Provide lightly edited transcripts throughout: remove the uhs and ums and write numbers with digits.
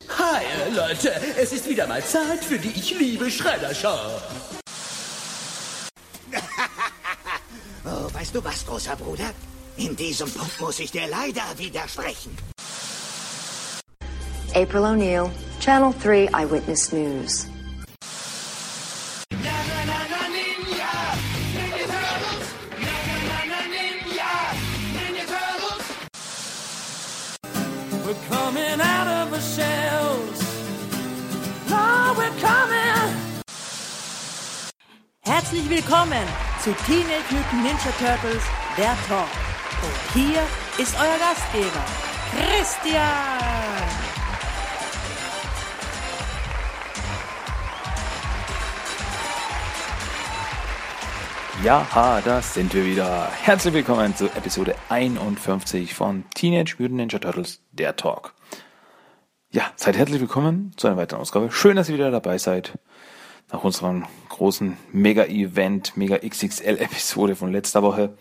Hi, Leute, es ist wieder mal Zeit für die Ich liebe Schredder-Show. Oh, weißt du was, großer Bruder? In diesem Punkt muss ich dir leider widersprechen. April O'Neil, Channel 3 Eyewitness News. We're coming out of the shells. No, we're coming. Herzlich willkommen zu Teenage Mutant Ninja Turtles, der Talk. Und hier ist euer Gastgeber, Christian. Ja, das sind wir wieder. Herzlich willkommen zu Episode 51 von Teenage Mutant Ninja Turtles, der Talk. Ja, seid herzlich willkommen zu einer weiteren Ausgabe. Schön, dass ihr wieder dabei seid. Nach unserem großen Mega-Event, Mega-XXL-Episode von letzter Woche.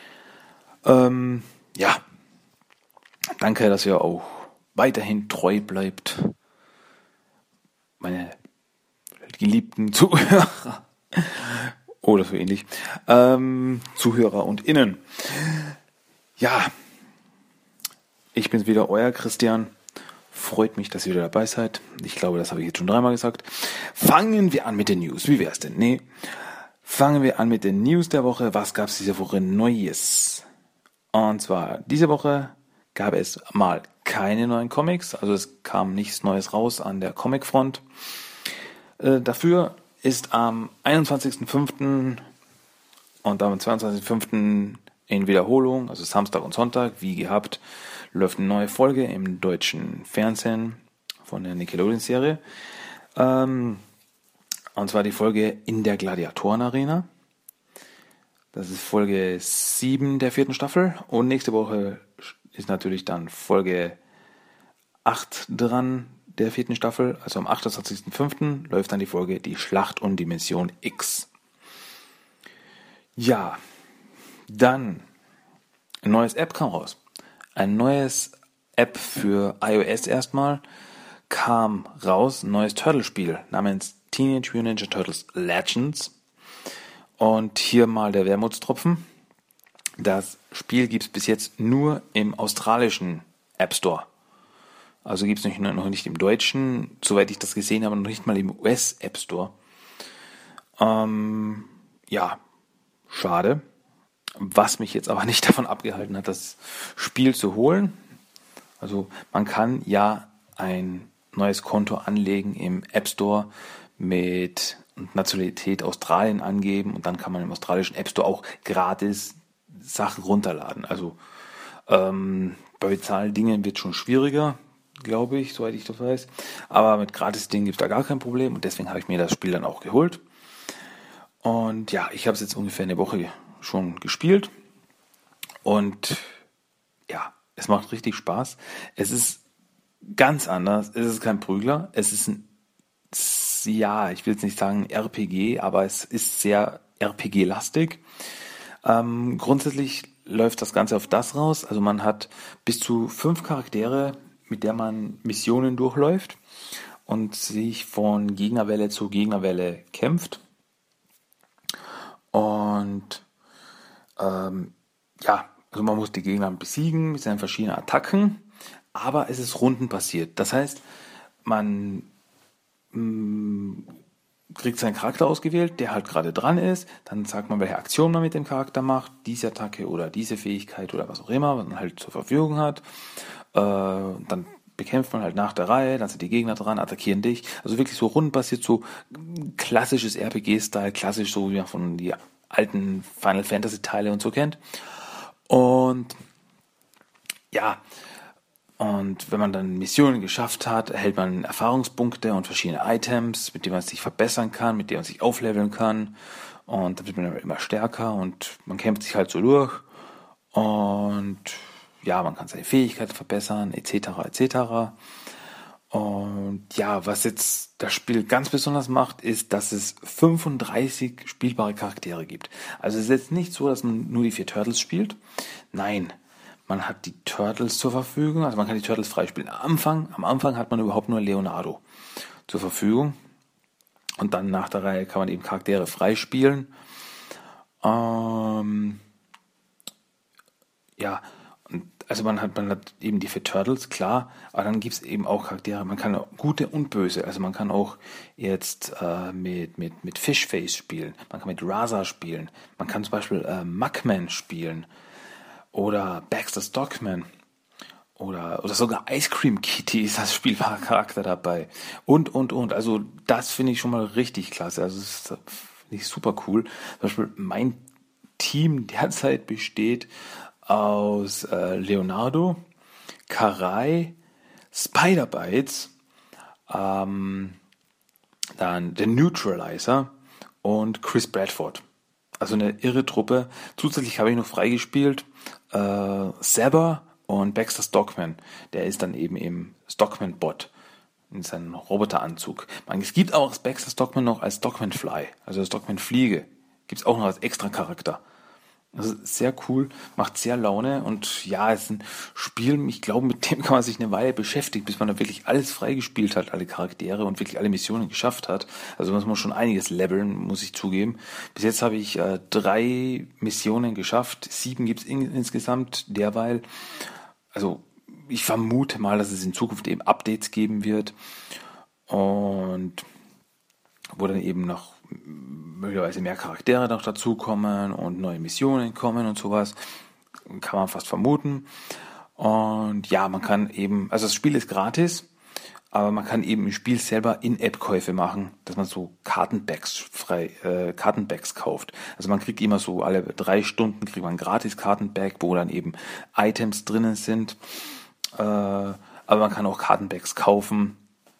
Ja, danke, dass ihr auch weiterhin treu bleibt. Meine geliebten Zuhörer. Oder so ähnlich. Zuhörer und Innen. Ja, ich bin's wieder, euer Christian. Freut mich, dass ihr wieder dabei seid. Ich glaube, das habe ich jetzt schon dreimal gesagt. Fangen wir an mit den News. Wie wär's denn? Nee. Fangen wir an mit den News der Woche. Was gab's diese Woche Neues? Und zwar, diese Woche gab es mal keine neuen Comics. Also es kam nichts Neues raus an der Comicfront. Dafür ist am 21.05. und am 22.05. in Wiederholung, also Samstag und Sonntag, wie gehabt, läuft eine neue Folge im deutschen Fernsehen von der Nickelodeon-Serie. Und zwar die Folge in der Gladiatoren-Arena. Das ist Folge 7 der 4. Staffel. Und nächste Woche ist natürlich dann Folge 8 dran, der 4. Staffel, also am 28.05. läuft dann die Folge Die Schlacht um Dimension X. Ja, dann ein neues App kam raus. Ein neues App für iOS erstmal kam raus, ein neues Turtle-Spiel namens Teenage Mutant Ninja Turtles Legends. Und hier mal der Wermutstropfen. Das Spiel gibt es bis jetzt nur im australischen App Store. Also gibt es noch nicht im Deutschen, soweit ich das gesehen habe, noch nicht mal im US-App Store. Ja, schade. Was mich jetzt aber nicht davon abgehalten hat, das Spiel zu holen. Also man kann ja ein neues Konto anlegen im App Store mit Nationalität Australien angeben und dann kann man im australischen App Store auch gratis Sachen runterladen. Also bei Bezahldingen wird es schon schwieriger, glaube ich, soweit ich das weiß. Aber mit Gratis-Dingen gibt es da gar kein Problem und deswegen habe ich mir das Spiel dann auch geholt. Und ja, ich habe es jetzt ungefähr eine Woche schon gespielt und ja, es macht richtig Spaß. Es ist ganz anders, es ist kein Prügler, es ist ja, ich will jetzt nicht sagen RPG, aber es ist sehr RPG-lastig. Grundsätzlich läuft das Ganze auf das raus, also man hat bis zu 5 Charaktere, mit der man Missionen durchläuft und sich von Gegnerwelle zu Gegnerwelle kämpft. Und ja, also man muss die Gegner besiegen mit seinen verschiedenen Attacken, aber es ist rundenbasiert. Das heißt, man kriegt seinen Charakter ausgewählt, der halt gerade dran ist, dann sagt man, welche Aktion man mit dem Charakter macht, diese Attacke oder diese Fähigkeit oder was auch immer, was man halt zur Verfügung hat. Dann bekämpft man halt nach der Reihe, dann sind die Gegner dran, attackieren dich. Also wirklich so rundenbasiert, so klassisches RPG-Style, klassisch so wie man von die alten Final Fantasy Teile und so kennt. Und ja, und wenn man dann Missionen geschafft hat, erhält man Erfahrungspunkte und verschiedene Items, mit denen man sich verbessern kann, mit denen man sich aufleveln kann. Und dann wird man immer stärker und man kämpft sich halt so durch. Und ja, man kann seine Fähigkeiten verbessern, etc., etc. Und ja, was jetzt das Spiel ganz besonders macht, ist, dass es 35 spielbare Charaktere gibt. Also es ist jetzt nicht so, dass man nur die 4 Turtles spielt. Nein, man hat die Turtles zur Verfügung, also man kann die Turtles freispielen. Am Anfang hat man überhaupt nur Leonardo zur Verfügung. Und dann nach der Reihe kann man eben Charaktere freispielen. Ja, also man hat eben die vier Turtles, klar, aber dann gibt es eben auch Charaktere, man kann gute und böse, also man kann auch jetzt mit Fishface spielen, man kann mit Raza spielen, man kann zum Beispiel Mugman spielen oder Baxter Stockman oder sogar Ice Cream Kitty ist als spielbarer Charakter dabei und, also das finde ich schon mal richtig klasse, also das finde ich super cool. Zum Beispiel mein Team derzeit besteht aus Leonardo, Karai, Spider-Bites, dann der Neutralizer und Chris Bradford. Also eine irre Truppe. Zusätzlich habe ich noch freigespielt Saber und Baxter Stockman. Der ist dann eben im Stockman-Bot in seinem Roboteranzug. Es gibt auch Baxter Stockman noch als Stockman Fly, also Stockman Fliege. Gibt es auch noch als extra Charakter. Also sehr cool, macht sehr Laune und ja, es ist ein Spiel, ich glaube, mit dem kann man sich eine Weile beschäftigen, bis man dann wirklich alles freigespielt hat, alle Charaktere und wirklich alle Missionen geschafft hat. Also muss man schon einiges leveln, muss ich zugeben. Bis jetzt habe ich 3 Missionen geschafft, 7 gibt es insgesamt derweil. Also ich vermute mal, dass es in Zukunft eben Updates geben wird und wo dann eben noch möglicherweise mehr Charaktere noch dazukommen und neue Missionen kommen und sowas. Kann man fast vermuten. Und ja, man kann eben, also das Spiel ist gratis, aber man kann eben im Spiel selber In-App-Käufe machen, dass man so Kartenbacks kauft. Also man kriegt immer so alle 3 Stunden kriegt man ein gratis Kartenback, wo dann eben Items drinnen sind. Aber man kann auch Kartenbacks kaufen,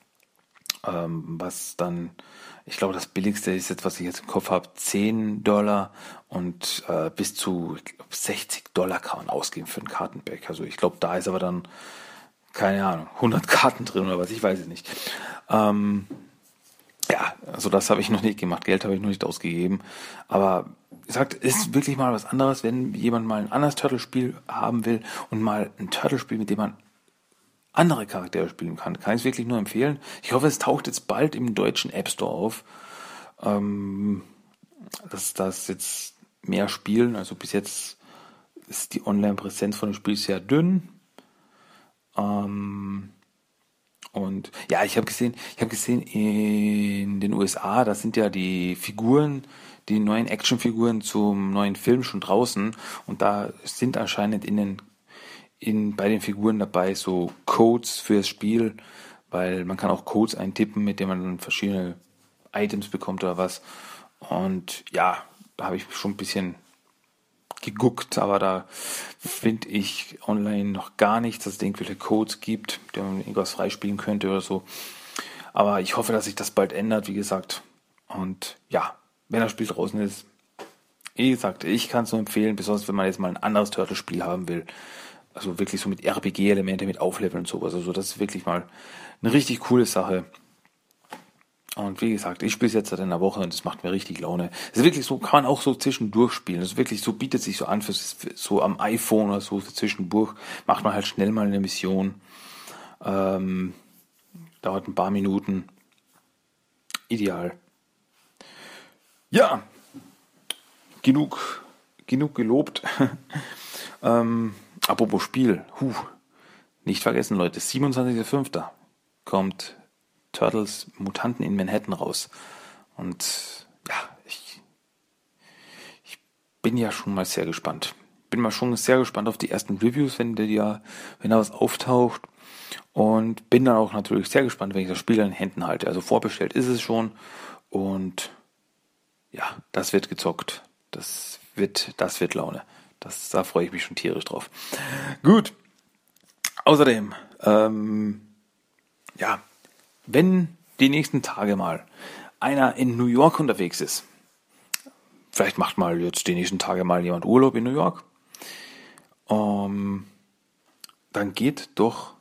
was dann, ich glaube, das billigste ist jetzt, was ich jetzt im Kopf habe, $10 und bis zu $60 kann man ausgeben für ein Kartenback. Also ich glaube, da ist aber dann, keine Ahnung, 100 Karten drin oder was, ich weiß es nicht. Ja, also das habe ich noch nicht gemacht, Geld habe ich noch nicht ausgegeben. Aber wie gesagt, ist wirklich mal was anderes, wenn jemand mal ein anderes Turtle-Spiel haben will und mal ein Turtle-Spiel, mit dem man andere Charaktere spielen kann ich es wirklich nur empfehlen. Ich hoffe, es taucht jetzt bald im deutschen App Store auf, dass das jetzt mehr spielen. Also bis jetzt ist die Online-Präsenz von dem Spiel sehr dünn. Und ja, ich habe gesehen in den USA, da sind ja die Figuren, die neuen Actionfiguren zum neuen Film schon draußen und da sind anscheinend bei den Figuren dabei so Codes fürs Spiel, weil man kann auch Codes eintippen, mit denen man dann verschiedene Items bekommt oder was. Und ja, da habe ich schon ein bisschen geguckt, aber da finde ich online noch gar nichts, dass es irgendwelche Codes gibt, die man irgendwas freispielen könnte oder so. Aber ich hoffe, dass sich das bald ändert, wie gesagt. Und ja, wenn das Spiel draußen ist, wie gesagt, ich kann es nur empfehlen, besonders wenn man jetzt mal ein anderes Turtle-Spiel haben will. Also wirklich so mit RPG-Elemente, mit Aufleveln und sowas. Also das ist wirklich mal eine richtig coole Sache. Und wie gesagt, ich spiele es jetzt seit einer Woche und es macht mir richtig Laune. Es ist wirklich so, kann man auch so zwischendurch spielen. Es ist wirklich so, bietet sich so an, für so am iPhone oder so für zwischendurch. Macht man halt schnell mal eine Mission. Dauert ein paar Minuten. Ideal. Ja, genug gelobt. Apropos Spiel, nicht vergessen, Leute, 27.05. kommt Turtles Mutanten in Manhattan raus. Und ja, ich bin ja schon mal sehr gespannt. Bin mal schon sehr gespannt auf die ersten Reviews, wenn da was auftaucht. Und bin dann auch natürlich sehr gespannt, wenn ich das Spiel in den Händen halte. Also vorbestellt ist es schon. Und ja, das wird gezockt. Das wird Laune. Da freue ich mich schon tierisch drauf. Gut. Außerdem, ja, wenn die nächsten Tage mal einer in New York unterwegs ist, vielleicht macht mal jetzt die nächsten Tage mal jemand Urlaub in New York, dann geht doch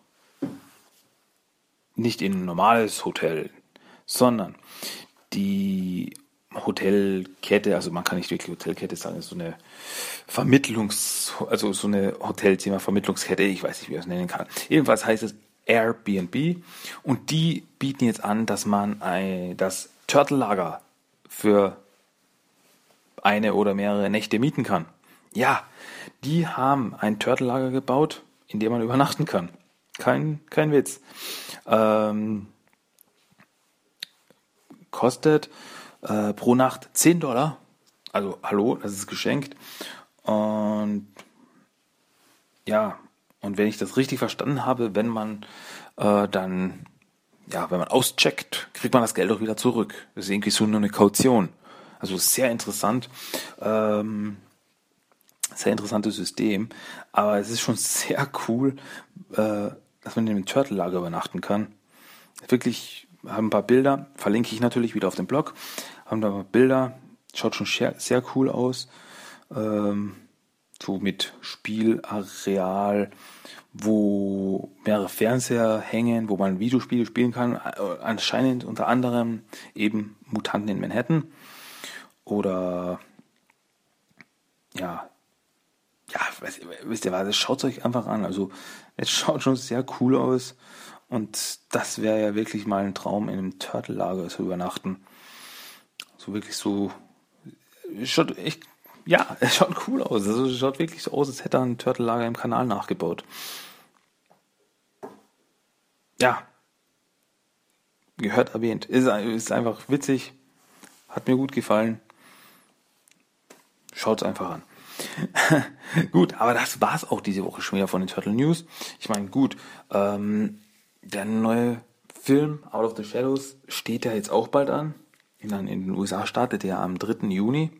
nicht in ein normales Hotel, sondern die Hotelkette, also man kann nicht wirklich Hotelkette sagen, es ist so eine so eine Hotelzimmer-Vermittlungskette, ich weiß nicht, wie ich das nennen kann. Jedenfalls heißt es Airbnb und die bieten jetzt an, dass man das Turtle-Lager für eine oder mehrere Nächte mieten kann. Ja, die haben ein Turtle-Lager gebaut, in dem man übernachten kann. Kein Witz. Kostet pro Nacht $10. Also hallo, das ist geschenkt. Und ja, und wenn ich das richtig verstanden habe, wenn man wenn man auscheckt, kriegt man das Geld auch wieder zurück. Das ist irgendwie so nur eine Kaution. Also sehr interessant. Sehr interessantes System. Aber es ist schon sehr cool, dass man in einem Turtle-Lager übernachten kann. Wirklich, haben ein paar Bilder, verlinke ich natürlich wieder auf dem Blog. Haben da ein paar Bilder, schaut schon sehr cool aus. So mit Spielareal, wo mehrere Fernseher hängen, wo man Videospiele spielen kann. Anscheinend unter anderem eben Mutanten in Manhattan. Oder wisst ihr was, schaut es euch einfach an. Also es schaut schon sehr cool aus. Und das wäre ja wirklich mal ein Traum, in einem Turtle-Lager zu übernachten. So wirklich so, es schaut cool aus. Also es schaut wirklich so aus, als hätte er ein Turtle-Lager im Kanal nachgebaut. Ja, gehört erwähnt. Ist einfach witzig, hat mir gut gefallen. Schaut es einfach an. Gut, aber das war's auch diese Woche schon wieder von den Turtle News. Ich meine, gut, der neue Film Out of the Shadows steht ja jetzt auch bald an. In den USA startet er am 3. Juni.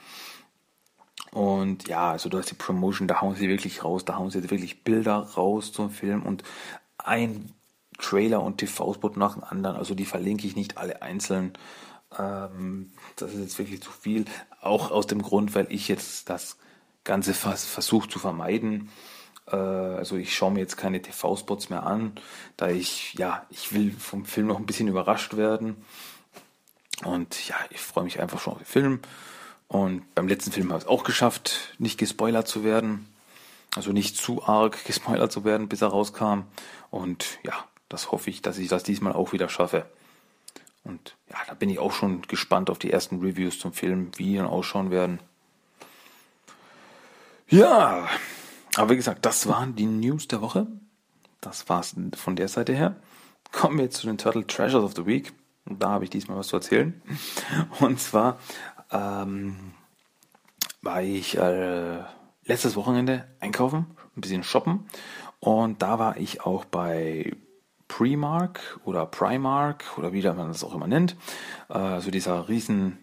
Und ja, also du hast die Promotion, da hauen sie wirklich raus, da hauen sie wirklich Bilder raus zum Film und ein Trailer und TV-Spot nach dem anderen. Also die verlinke ich nicht alle einzeln. Das ist jetzt wirklich zu viel. Auch aus dem Grund, weil ich jetzt das Ganze versuche zu vermeiden. Also ich schaue mir jetzt keine TV-Spots mehr an, da ich will vom Film noch ein bisschen überrascht werden. Und ja, ich freue mich einfach schon auf den Film. Und beim letzten Film habe ich es auch geschafft, nicht gespoilert zu werden. Also nicht zu arg gespoilert zu werden, bis er rauskam. Und ja, das hoffe ich, dass ich das diesmal auch wieder schaffe. Und ja, da bin ich auch schon gespannt auf die ersten Reviews zum Film, wie die dann ausschauen werden. Ja, aber wie gesagt, das waren die News der Woche. Das war's von der Seite her. Kommen wir jetzt zu den Turtle Treasures of the Week. Und da habe ich diesmal was zu erzählen. Und zwar war ich letztes Wochenende einkaufen, ein bisschen shoppen. Und da war ich auch bei Primark oder wie man das auch immer nennt. Also dieser riesen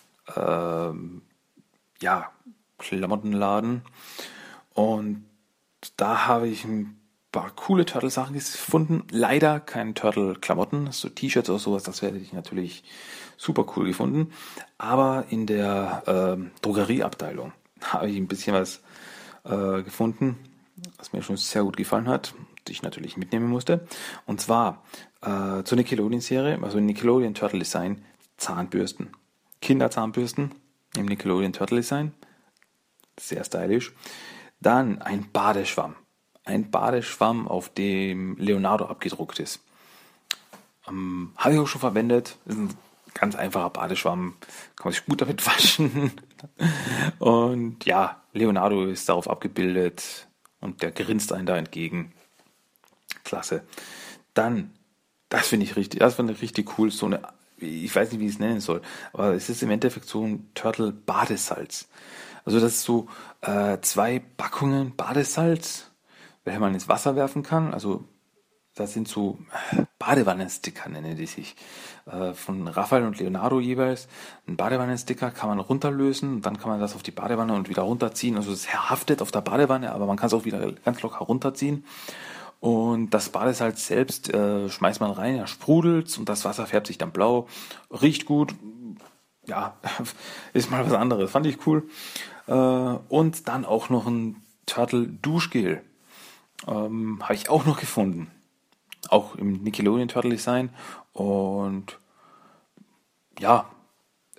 Klamottenladen. Und da habe ich ein paar coole Turtle-Sachen gefunden. Leider keine Turtle-Klamotten, so T-Shirts oder sowas, das hätte ich natürlich super cool gefunden. Aber in der Drogerieabteilung habe ich ein bisschen was gefunden, was mir schon sehr gut gefallen hat, die ich natürlich mitnehmen musste. Und zwar zur Nickelodeon-Serie, also Nickelodeon Turtle Design, Zahnbürsten. Kinderzahnbürsten im Nickelodeon Turtle Design. Sehr stylisch. Dann ein Badeschwamm. Ein Badeschwamm, auf dem Leonardo abgedruckt ist. Habe ich auch schon verwendet. Ist ein ganz einfacher Badeschwamm. Kann man sich gut damit waschen. Und ja, Leonardo ist darauf abgebildet. Und der grinst einen da entgegen. Klasse. Dann, das finde ich richtig cool. So eine, ich weiß nicht, wie ich es nennen soll. Aber es ist im Endeffekt so ein Turtle-Badesalz. Also das ist so 2 Packungen Badesalz, welche man ins Wasser werfen kann. Also das sind so Badewannensticker, nennen die sich. Von Raphael und Leonardo jeweils. Ein Badewannensticker kann man runterlösen und dann kann man das auf die Badewanne und wieder runterziehen. Also es haftet auf der Badewanne, aber man kann es auch wieder ganz locker runterziehen. Und das Badesalz selbst schmeißt man rein, ja, sprudelt und das Wasser färbt sich dann blau. Riecht gut. Ja, ist mal was anderes. Fand ich cool. Und dann auch noch ein Turtle Duschgel. Habe ich auch noch gefunden. Auch im Nickelodeon Turtle Design. Und ja,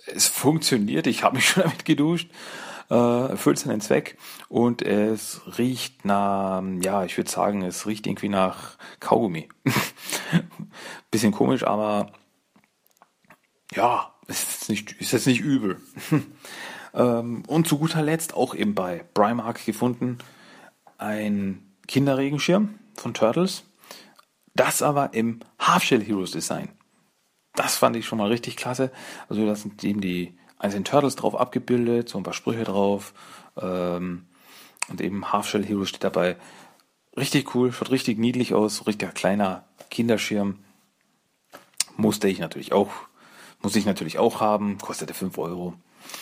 es funktioniert. Ich habe mich schon damit geduscht. Erfüllt seinen Zweck. Und es riecht nach, ja, ich würde sagen, es riecht irgendwie nach Kaugummi. Bisschen komisch, aber ja, ist jetzt nicht übel. Und zu guter Letzt auch eben bei Primark gefunden ein Kinderregenschirm von Turtles. Das aber im Half-Shell Heroes Design. Das fand ich schon mal richtig klasse. Also da sind eben die einzelnen Turtles drauf abgebildet, so ein paar Sprüche drauf. Und eben Half-Shell Heroes steht dabei. Richtig cool, schaut richtig niedlich aus, richtig kleiner Kinderschirm. Muss ich natürlich auch haben, kostete 5 Euro.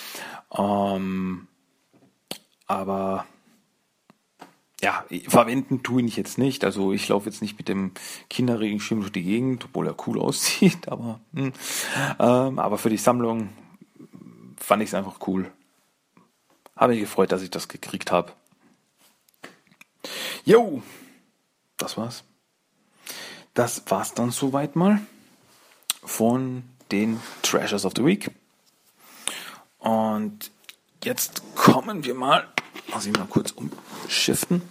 Aber ja, verwenden tue ich jetzt nicht. Also ich laufe jetzt nicht mit dem Kinderregenschirm durch die Gegend, obwohl er cool aussieht. Aber für die Sammlung fand ich es einfach cool. Habe mich gefreut, dass ich das gekriegt habe. Jo, das war's. Das war's dann soweit mal von den Treasures of the Week. Und jetzt kommen wir mal, muss ich mal kurz umschiften,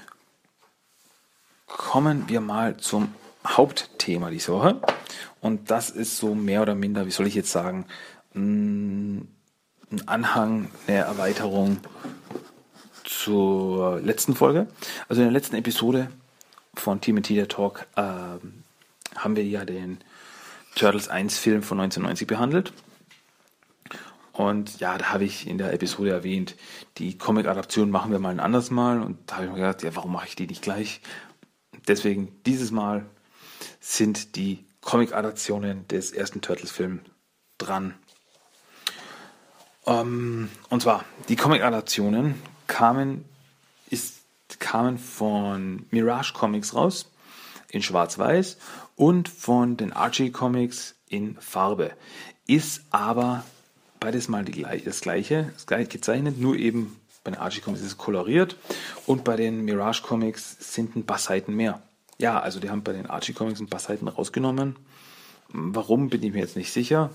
kommen wir mal zum Hauptthema dieser Woche. Und das ist so mehr oder minder, wie soll ich jetzt sagen, ein Anhang, eine Erweiterung zur letzten Folge. Also in der letzten Episode von TMNT der Talk haben wir ja den Turtles 1 Film von 1990 behandelt. Und ja, da habe ich in der Episode erwähnt, die Comic-Adaption machen wir mal ein anderes Mal. Und da habe ich mir gedacht, ja, warum mache ich die nicht gleich? Deswegen dieses Mal sind die Comic-Adaptionen des ersten Turtles-Films dran. Und zwar, die Comic-Adaptionen kamen von Mirage Comics raus, in Schwarz-Weiß, und von den Archie Comics in Farbe. Ist aber beides mal das gleiche gezeichnet, nur eben bei den Archie Comics ist es koloriert und bei den Mirage Comics sind ein paar Seiten mehr. Ja, also die haben bei den Archie Comics ein paar Seiten rausgenommen. Warum, bin ich mir jetzt nicht sicher.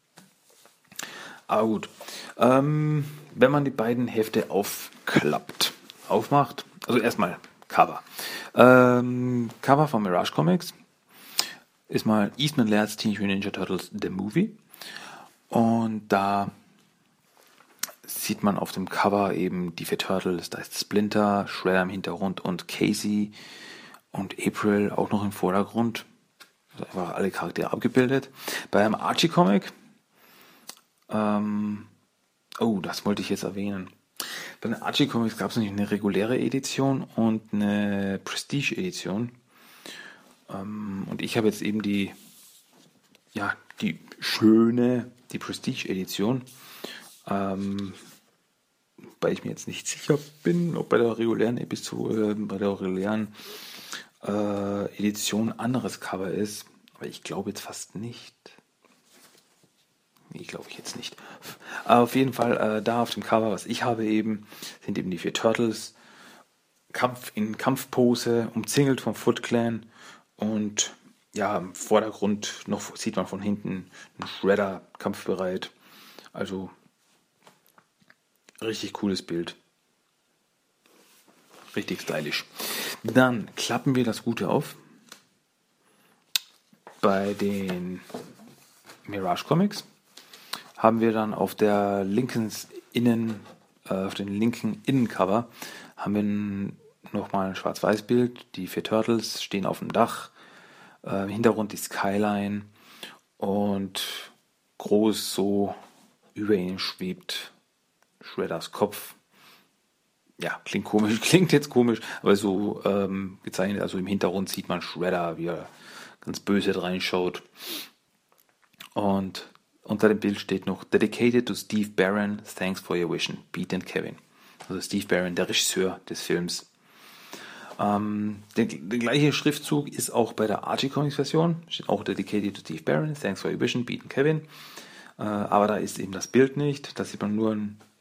Aber gut. Wenn man die beiden Hefte aufmacht, also erstmal Cover. Cover von Mirage Comics ist mal Eastman Laird's Teenage Mutant Ninja Turtles The Movie. Und da sieht man auf dem Cover eben die 4 Turtles. Da ist Splinter, Shredder im Hintergrund und Casey und April auch noch im Vordergrund. Also einfach alle Charaktere abgebildet. Beim Archie Comic, das wollte ich jetzt erwähnen. Bei den Archie Comics gab es nämlich eine reguläre Edition und eine Prestige-Edition. Und ich habe jetzt eben die Prestige-Edition, weil ich mir jetzt nicht sicher bin, ob bei der regulären Edition ein anderes Cover ist. Aber ich glaube jetzt fast nicht. Nee, glaube ich jetzt nicht. Aber auf jeden Fall, da auf dem Cover, was ich habe eben, sind eben die 4 Turtles, in Kampfpose, umzingelt vom Foot Clan und ja, im Vordergrund noch sieht man von hinten einen Shredder kampfbereit. Also richtig cooles Bild. Richtig stylisch. Dann klappen wir das Gute auf. Bei den Mirage Comics haben wir dann auf den linken Innencover haben wir nochmal ein Schwarz-Weiß-Bild. Die 4 Turtles stehen auf dem Dach. Im Hintergrund die Skyline und groß so über ihnen schwebt Shredders Kopf. Ja, klingt jetzt komisch, aber so gezeichnet, also im Hintergrund sieht man Shredder, wie er ganz böse reinschaut. Und unter dem Bild steht noch Dedicated to Steve Barron, thanks for your vision, Pete and Kevin. Also Steve Barron, der Regisseur des Films. Der gleiche Schriftzug ist auch bei der Archie Comics Version, steht auch Dedicated to Steve Barron, thanks for your vision, Pete and Kevin. Aber da ist eben das Bild nicht, da sieht man nur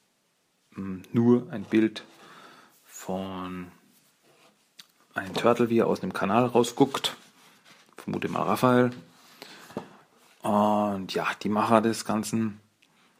ein Bild von einem Turtle, wie er aus dem Kanal rausguckt. Vermute mal Raphael. Und ja, die Macher des Ganzen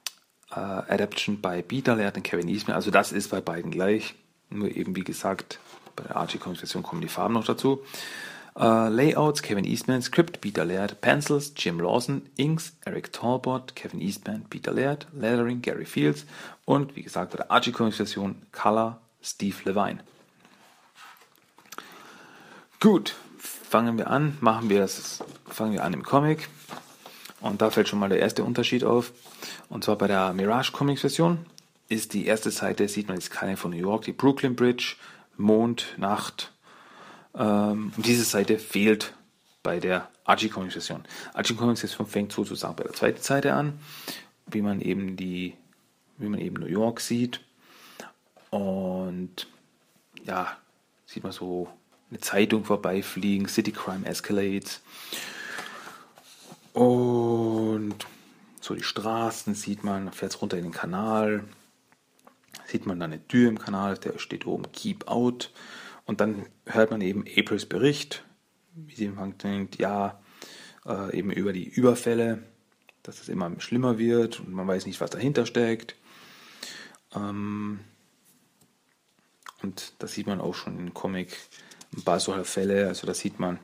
Adaption bei Beat-Alert und Kevin Eastman. Also das ist bei beiden gleich. Nur eben, wie gesagt, bei der Archie Comics Version kommen die Farben noch dazu. Layouts, Kevin Eastman, Script, Beat-Alert, Pencils, Jim Lawson, Inks, Eric Talbot, Kevin Eastman, Beat-Alert, Lettering, Gary Fields und, wie gesagt, bei der Archie Comics Version Color, Steve Levine. Gut, fangen wir an im Comic. Und da fällt schon mal der erste Unterschied auf. Und zwar bei der Mirage Comics Version ist die erste Seite, sieht man jetzt keine von New York, die Brooklyn Bridge, Mond, Nacht. Und diese Seite fehlt bei der Archie Comics Version. Archie Comics Version fängt sozusagen bei der zweiten Seite an, wie man eben New York sieht. Und ja, sieht man so eine Zeitung vorbeifliegen, City Crime Escalates. Und so die Straßen sieht man, fährt es runter in den Kanal, sieht man dann eine Tür im Kanal, der steht oben Keep Out. Und dann hört man eben Aprils Bericht, wie sie im Anfang denkt, eben über die Überfälle, dass es immer schlimmer wird und man weiß nicht, was dahinter steckt. Und das sieht man auch schon im Comic, ein paar solcher Fälle. Also da sieht man,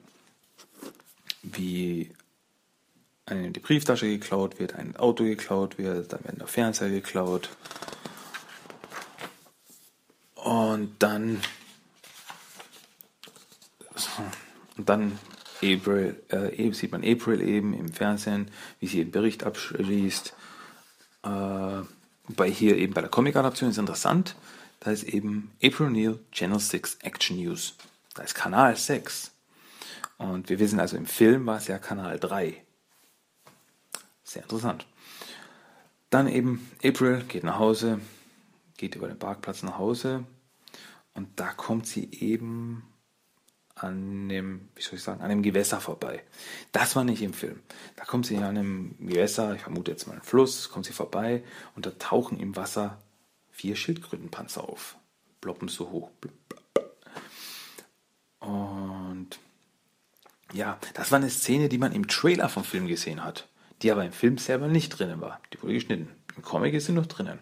wie die Brieftasche geklaut wird, ein Auto geklaut wird, dann werden der Fernseher geklaut. Und dann sieht man April eben im Fernsehen, wie sie ihren Bericht abschließt. Wobei hier eben bei der Comic-Adaption ist interessant, da ist eben April O'Neil Channel 6 Action News. Da ist Kanal 6. Und wir wissen also, im Film war es ja Kanal 3. Sehr interessant. Dann eben April geht nach Hause, geht über den Parkplatz nach Hause und da kommt sie eben an dem Gewässer vorbei. Das war nicht im Film. Da kommt sie an einem Gewässer, ich vermute jetzt mal einen Fluss, kommt sie vorbei und da tauchen im Wasser 4 Schildkrötenpanzer auf. Ploppen so hoch. Und ja, das war eine Szene, die man im Trailer vom Film gesehen hat, die aber im Film selber nicht drinnen war. Die wurde geschnitten. Im Comic ist sie noch drinnen.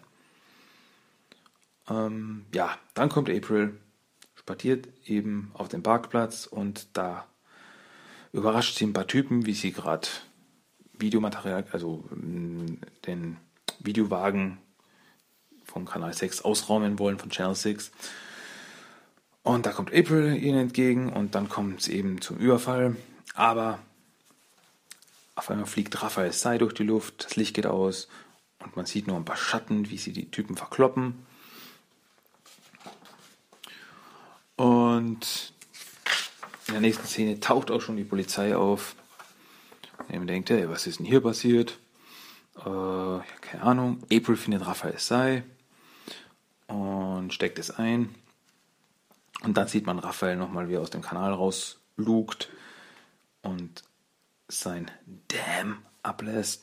Dann kommt April, spaziert eben auf den Parkplatz und da überrascht sie ein paar Typen, wie sie gerade Videomaterial, also den Videowagen vom Kanal 6 ausräumen wollen, von Channel 6. Und da kommt April ihnen entgegen und dann kommt es eben zum Überfall. Aber auf einmal fliegt Raphael Sai durch die Luft, das Licht geht aus und man sieht nur ein paar Schatten, wie sie die Typen verkloppen. Und in der nächsten Szene taucht auch schon die Polizei auf. Und man denkt, hey, was ist denn hier passiert? Keine Ahnung. April findet Raphael Sai und steckt es ein. Und dann sieht man Raphael nochmal, wie er aus dem Kanal rauslugt und sein Dam ablässt.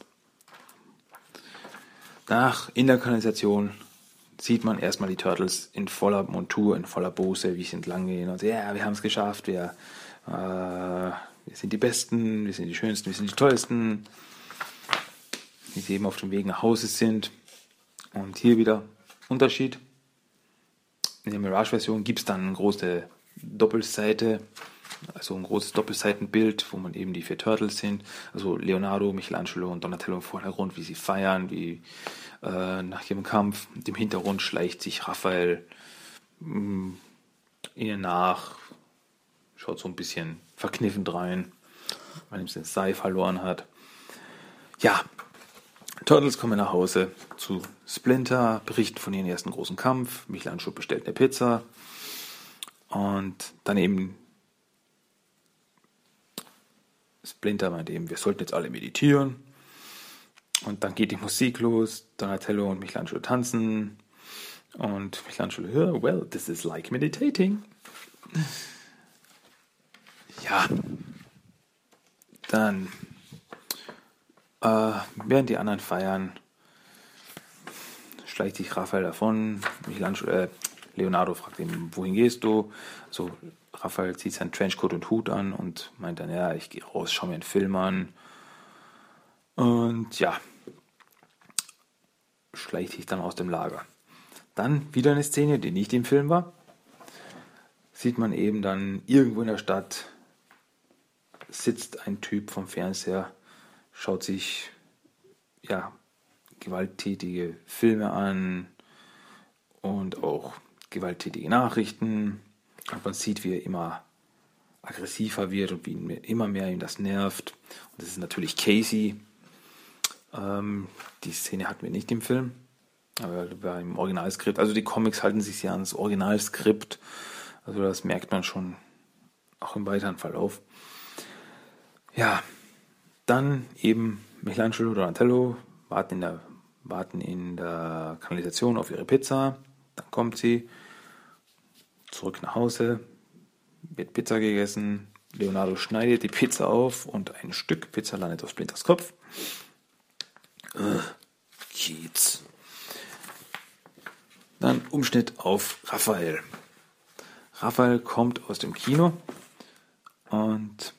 In der Kanalisation sieht man erstmal die Turtles in voller Montur, in voller Bose, wie sie entlang gehen und sagen, ja, wir haben es geschafft, wir sind die Besten, wir sind die Schönsten, wir sind die Tollsten. Wie sie eben auf dem Weg nach Hause sind. Und hier wieder Unterschied. In der Mirage-Version gibt es dann eine große Doppelseite, also ein großes Doppelseitenbild, wo man eben die 4 Turtles sind. Also Leonardo, Michelangelo und Donatello im Vordergrund, wie sie feiern, wie nach ihrem Kampf. Und im Hintergrund schleicht sich Raphael ihnen nach, schaut so ein bisschen verkniffen rein, weil ihm sein Sai verloren hat. Ja, Turtles kommen nach Hause zu Splinter, berichten von ihrem ersten großen Kampf. Michelangelo bestellt eine Pizza. Und dann eben Splinter meint eben, wir sollten jetzt alle meditieren. Und dann geht die Musik los. Donatello und Michelangelo tanzen. Und Michelangelo, yeah, well, this is like meditating. Ja. Dann während die anderen feiern, schleicht sich Raphael davon. Leonardo fragt ihn, wohin gehst du? Also Raphael zieht seinen Trenchcoat und Hut an und meint dann, ja, ich gehe raus, schau mir einen Film an. Und ja, schleicht sich dann aus dem Lager. Dann wieder eine Szene, die nicht im Film war. Sieht man eben dann irgendwo in der Stadt, sitzt ein Typ vom Fernseher, schaut sich gewalttätige Filme an und auch gewalttätige Nachrichten. Und man sieht, wie er immer aggressiver wird und wie immer mehr ihm das nervt. Und das ist natürlich Casey. Die Szene hatten wir nicht im Film, aber war im Originalskript. Also die Comics halten sich ja an das Originalskript. Also das merkt man schon auch im weiteren Verlauf. Ja, dann eben Michelangelo und Donatello warten in der Kanalisation auf ihre Pizza. Dann kommt sie zurück nach Hause, wird Pizza gegessen. Leonardo schneidet die Pizza auf und ein Stück Pizza landet auf Splinters Kopf. Kiez. Dann Umschnitt auf Raphael. Raphael kommt aus dem Kino und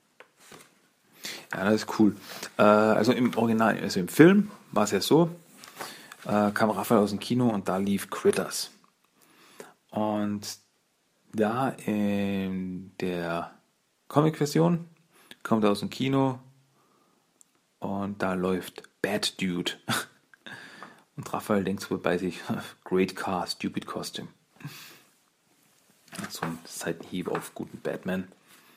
das ist cool. Also im Original, also im Film war es ja so, kam Raphael aus dem Kino und da lief Critters. Und da in der Comic-Version kommt er aus dem Kino und da läuft Bad Dude. Und Raphael denkt so bei sich, great car, stupid costume. So ein Seitenhieb auf guten Batman.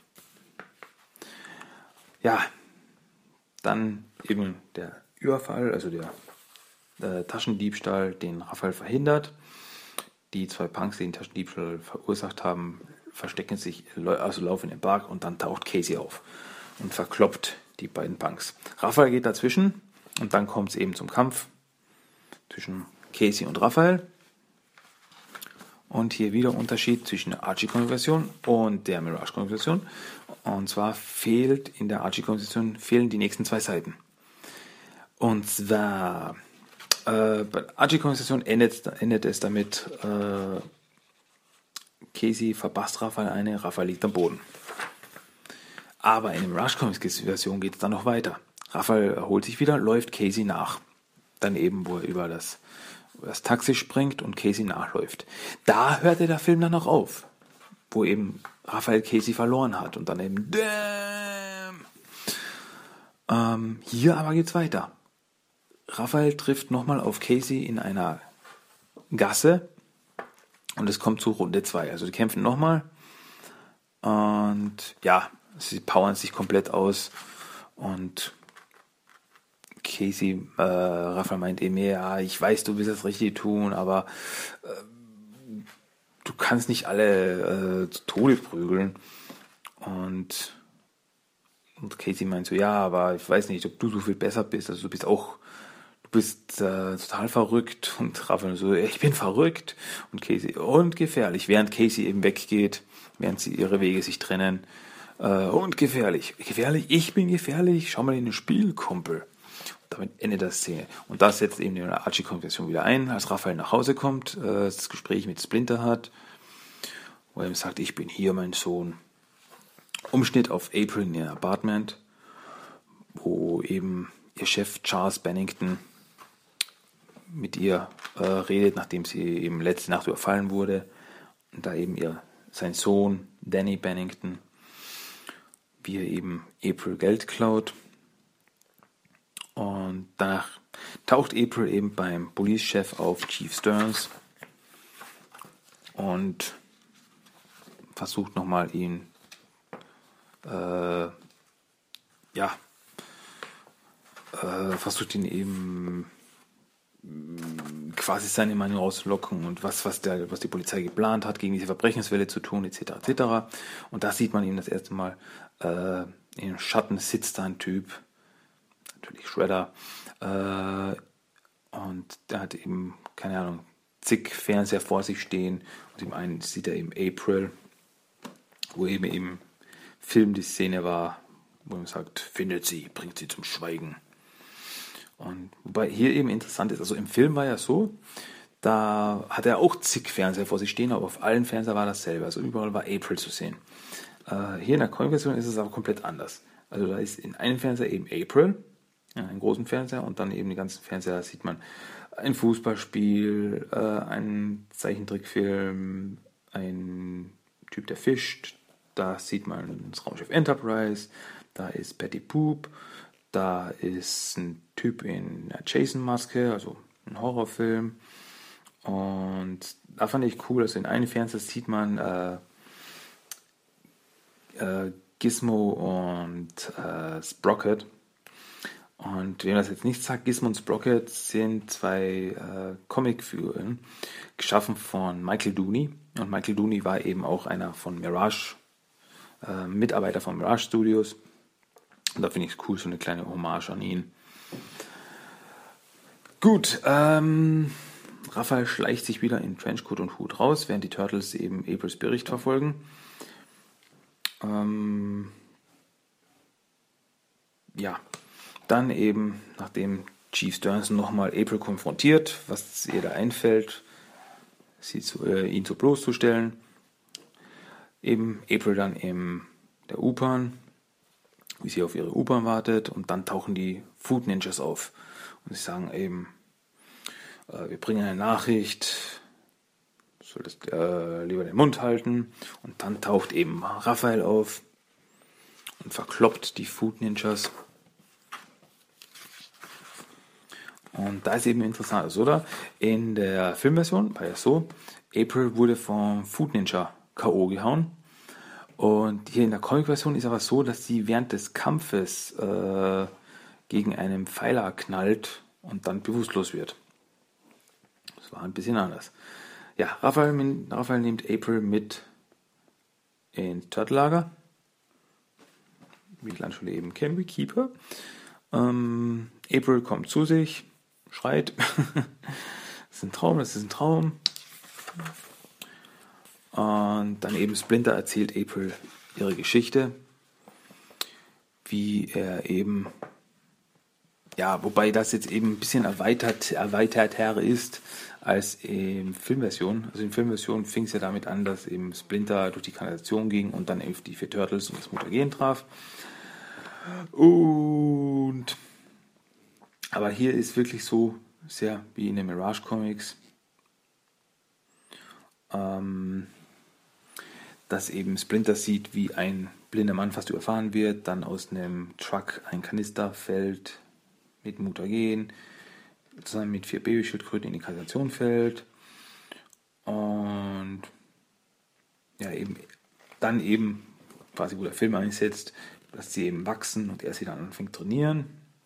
Ja, dann eben der Überfall, also der Taschendiebstahl, den Raphael verhindert. Die zwei Punks, die den Taschendiebstahl verursacht haben, verstecken sich, also laufen in den Park und dann taucht Casey auf und verkloppt die beiden Punks. Raphael geht dazwischen und dann kommt es eben zum Kampf zwischen Casey und Raphael. Und hier wieder Unterschied zwischen der Archie-Comic-Version und der Mirage-Comic-Version. Und zwar fehlt in der Archie-Comic-Version die nächsten 2 Seiten. Und zwar bei der Archie-Comic-Version endet es damit, Casey verpasst Raphael eine, Raphael liegt am Boden. Aber in der Mirage-Comic-Version geht es dann noch weiter. Raphael erholt sich wieder, läuft Casey nach. Dann eben, wo er über das Taxi springt und Casey nachläuft. Da hörte der Film dann noch auf, wo eben Raphael Casey verloren hat und dann eben hier aber geht's weiter. Raphael trifft nochmal auf Casey in einer Gasse und es kommt zu Runde 2. Also die kämpfen nochmal und ja, sie powern sich komplett aus und Raphael meint eben, ja, ich weiß, du willst das richtig tun, aber du kannst nicht alle zu Tode prügeln. Und Casey meint so, ja, aber ich weiß nicht, ob du so viel besser bist. Also du bist total verrückt. Und Raphael so, ich bin verrückt. Und Casey, und gefährlich. Während Casey eben weggeht, während sie ihre Wege sich trennen. Und gefährlich. Gefährlich, ich bin gefährlich. Schau mal in den Spiel, Kumpel. Damit endet das Szene. Und das setzt eben die Archie-Konversion wieder ein, als Raphael nach Hause kommt, das Gespräch mit Splinter hat, wo er ihm sagt, ich bin hier, mein Sohn. Umschnitt auf April in ihr Apartment, wo eben ihr Chef Charles Bennington mit ihr redet, nachdem sie eben letzte Nacht überfallen wurde. Und da eben sein Sohn Danny Bennington, wie er eben April Geld klaut. Und danach taucht April eben beim Police-Chef auf, Chief Stearns, und versucht nochmal ihn eben quasi seine Meinung rauszulocken und was die Polizei geplant hat, gegen diese Verbrechenswelle zu tun, etc. etc. Und da sieht man eben das erste Mal, im Schatten sitzt da ein Typ, natürlich Shredder, und der hat eben, keine Ahnung, zig Fernseher vor sich stehen und im einen sieht er eben April, wo eben im Film die Szene war, wo man sagt, findet sie, bringt sie zum Schweigen. Und wobei hier eben interessant ist, also im Film war ja so, da hat er auch zig Fernseher vor sich stehen, aber auf allen Fernsehern war dasselbe, also überall war April zu sehen. Hier in der Comic-Version ist es aber komplett anders. Also da ist in einem Fernseher eben April, einen großen Fernseher, und dann eben die ganzen Fernseher sieht man ein Fußballspiel, einen Zeichentrickfilm, ein Typ, der fischt, da sieht man das Raumschiff Enterprise, da ist Patty Poop, da ist ein Typ in einer Jason-Maske, also ein Horrorfilm, und da fand ich cool, also in einem Fernseher sieht man Gizmo und Sprocket. Und wem das jetzt nicht sagt, Gizmo und Sprocket sind zwei Comicfiguren, geschaffen von Michael Dooney. Und Michael Dooney war eben auch einer von Mirage, Mitarbeiter von Mirage Studios. Und da finde ich es cool, so eine kleine Hommage an ihn. Gut, Raphael schleicht sich wieder in Trenchcoat und Hut raus, während die Turtles eben Aprils Bericht verfolgen. Ja, dann eben, nachdem Chief Sternson nochmal April konfrontiert, was ihr da einfällt, ihn so bloßzustellen. Eben April dann in der U-Bahn, wie sie auf ihre U-Bahn wartet, und dann tauchen die Food Ninjas auf und sie sagen eben, wir bringen eine Nachricht, solltest lieber den Mund halten, und dann taucht eben Raphael auf und verkloppt die Food Ninjas. Und da ist eben interessant, oder? In der Filmversion war ja so, April wurde vom Food Ninja K.O. gehauen. Und hier in der Comic-Version ist aber so, dass sie während des Kampfes gegen einen Pfeiler knallt und dann bewusstlos wird. Das war ein bisschen anders. Ja, Raphael nimmt April mit ins Turtellager. Wie ich schon eben kennen, wie Keeper. April kommt zu sich, schreit. Das ist ein Traum, das ist ein Traum. Und dann eben Splinter erzählt April ihre Geschichte, wie er eben, ja, wobei das jetzt eben ein bisschen erweiterter ist als in Filmversion. Also in Filmversion fing es ja damit an, dass eben Splinter durch die Kanalisation ging und dann eben die 4 Turtles und das Mutagen traf. Aber hier ist wirklich so sehr wie in den Mirage Comics, dass eben Splinter sieht, wie ein blinder Mann fast überfahren wird, dann aus einem Truck ein Kanister fällt mit Mutagen, zusammen mit 4 Babyschildkröten in die Kanalisation fällt, und ja, dann eben quasi, wo der Film einsetzt, dass sie eben wachsen und er sie dann anfängt zu trainieren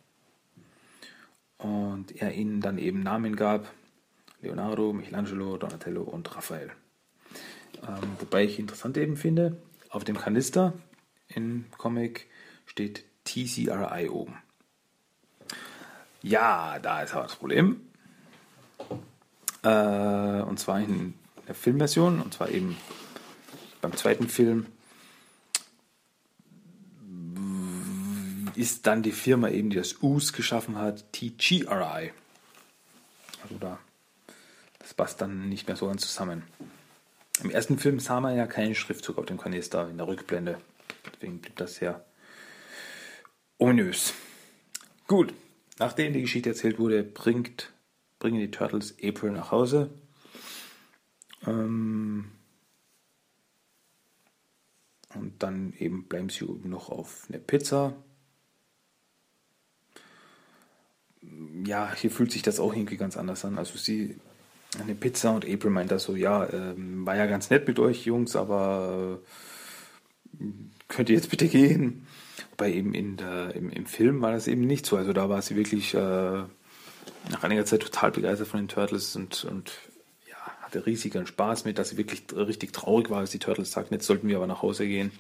und er ihnen dann eben Namen gab: Leonardo, Michelangelo, Donatello und Raphael. Wobei ich interessant eben finde, auf dem Kanister im Comic steht TCRI oben. Ja, da ist aber das Problem. Und zwar in der Filmversion, und zwar eben beim zweiten Film, ist dann die Firma eben, die das US geschaffen hat, TGRI. Also das passt dann nicht mehr so ganz zusammen. Im ersten Film sah man ja keinen Schriftzug auf dem Kanister in der Rückblende. Deswegen blieb das sehr ominös. Gut, nachdem die Geschichte erzählt wurde, bringen die Turtles April nach Hause. Und dann eben bleiben sie noch auf eine Pizza. Ja, hier fühlt sich das auch irgendwie ganz anders an. Also sie eine Pizza und April meint das so, ja, war ja ganz nett mit euch Jungs, aber könnt ihr jetzt bitte gehen? Wobei eben im Film war das eben nicht so. Also da war sie wirklich nach einiger Zeit total begeistert von den Turtles und ja, hatte riesigen Spaß mit, dass sie wirklich richtig traurig war, als die Turtles sagten, jetzt sollten wir aber nach Hause gehen.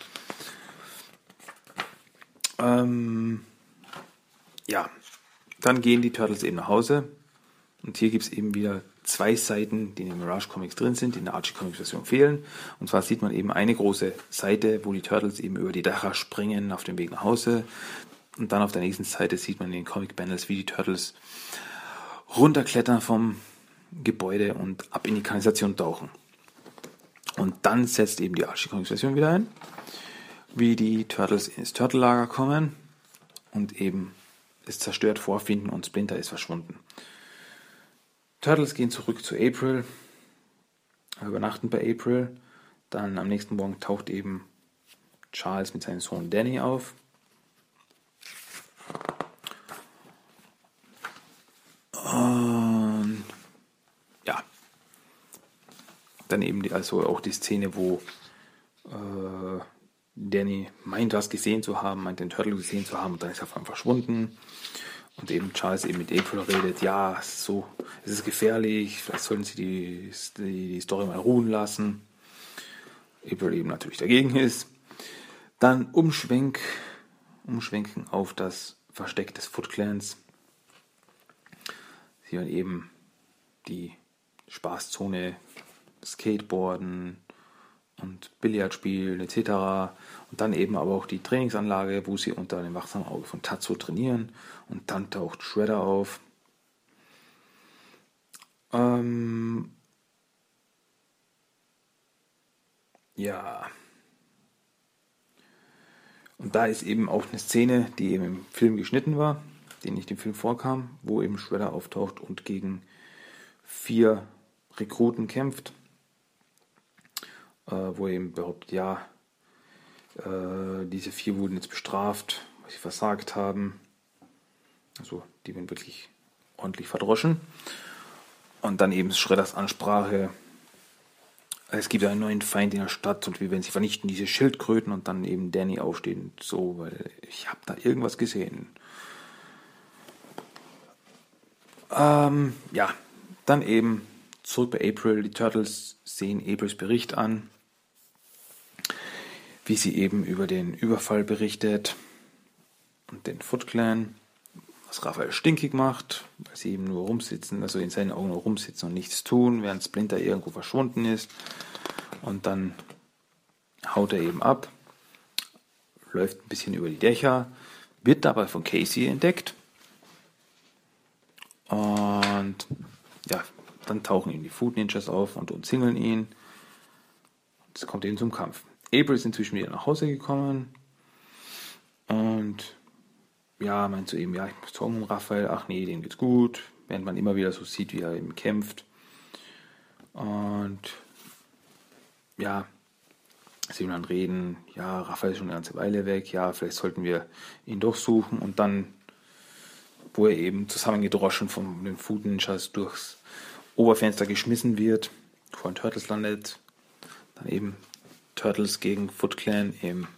Ja, dann gehen die Turtles eben nach Hause, und hier gibt es eben wieder 2 Seiten, die in den Mirage Comics drin sind, die in der Archie Comics Version fehlen. Und zwar sieht man eben eine große Seite, wo die Turtles eben über die Dächer springen auf dem Weg nach Hause, und dann auf der nächsten Seite sieht man in den Comic Panels, wie die Turtles runterklettern vom Gebäude und ab in die Kanalisation tauchen. Und dann setzt eben die Archie Comics Version wieder ein, wie die Turtles ins Turtellager kommen und eben ist zerstört vorfinden und Splinter ist verschwunden. Turtles gehen zurück zu April, übernachten bei April. Dann am nächsten Morgen taucht eben Charles mit seinem Sohn Danny auf. Und ja, dann eben auch die Szene, wo Danny meint, was gesehen zu haben, meint den Turtle gesehen zu haben und dann ist er auf einmal verschwunden. Und eben Charles eben mit April redet, ja, es ist gefährlich, vielleicht sollten sie die Story mal ruhen lassen. April eben natürlich dagegen ist. Dann umschwenken auf das Versteck des Foot Clans. Sieht man eben die Spaßzone, Skateboarden und Billard spielen etc. Und dann eben aber auch die Trainingsanlage, wo sie unter dem wachsamen Auge von Tatsu trainieren. Und dann taucht Shredder auf. Ja. Und da ist eben auch eine Szene, die eben im Film geschnitten war, die nicht im Film vorkam, wo eben Shredder auftaucht und gegen 4 Rekruten kämpft. Wo er eben behauptet, ja, diese 4 wurden jetzt bestraft, weil sie versagt haben. Also die werden wirklich ordentlich verdroschen. Und dann eben Shredders Ansprache, es gibt einen neuen Feind in der Stadt und wir werden sie vernichten, diese Schildkröten. Und dann eben Danny aufsteht und so, weil ich habe da irgendwas gesehen. Ja, dann eben zurück bei April. Die Turtles sehen Aprils Bericht an, wie sie eben über den Überfall berichtet und den Foot Clan, was Raphael stinkig macht, weil sie eben nur rumsitzen, also in seinen Augen nur rumsitzen und nichts tun, während Splinter irgendwo verschwunden ist. Und dann haut er eben ab, läuft ein bisschen über die Dächer, wird dabei von Casey entdeckt. Und ja, dann tauchen ihm die Foot Ninjas auf und umzingeln ihn. Es kommt eben zum Kampf. April ist inzwischen wieder nach Hause gekommen und ja, meint zu ihm, ja, ich muss Sorgen um Raphael, ach nee, dem geht's gut, während man immer wieder so sieht, wie er eben kämpft. Und ja, sie dann reden, ja, Raphael ist schon eine ganze Weile weg, ja, vielleicht sollten wir ihn doch suchen. Und dann, wo er eben zusammengedroschen von den Foot Ninjas durchs Oberfenster geschmissen wird, vor den Turtles landet, dann eben Turtles gegen Foot Clan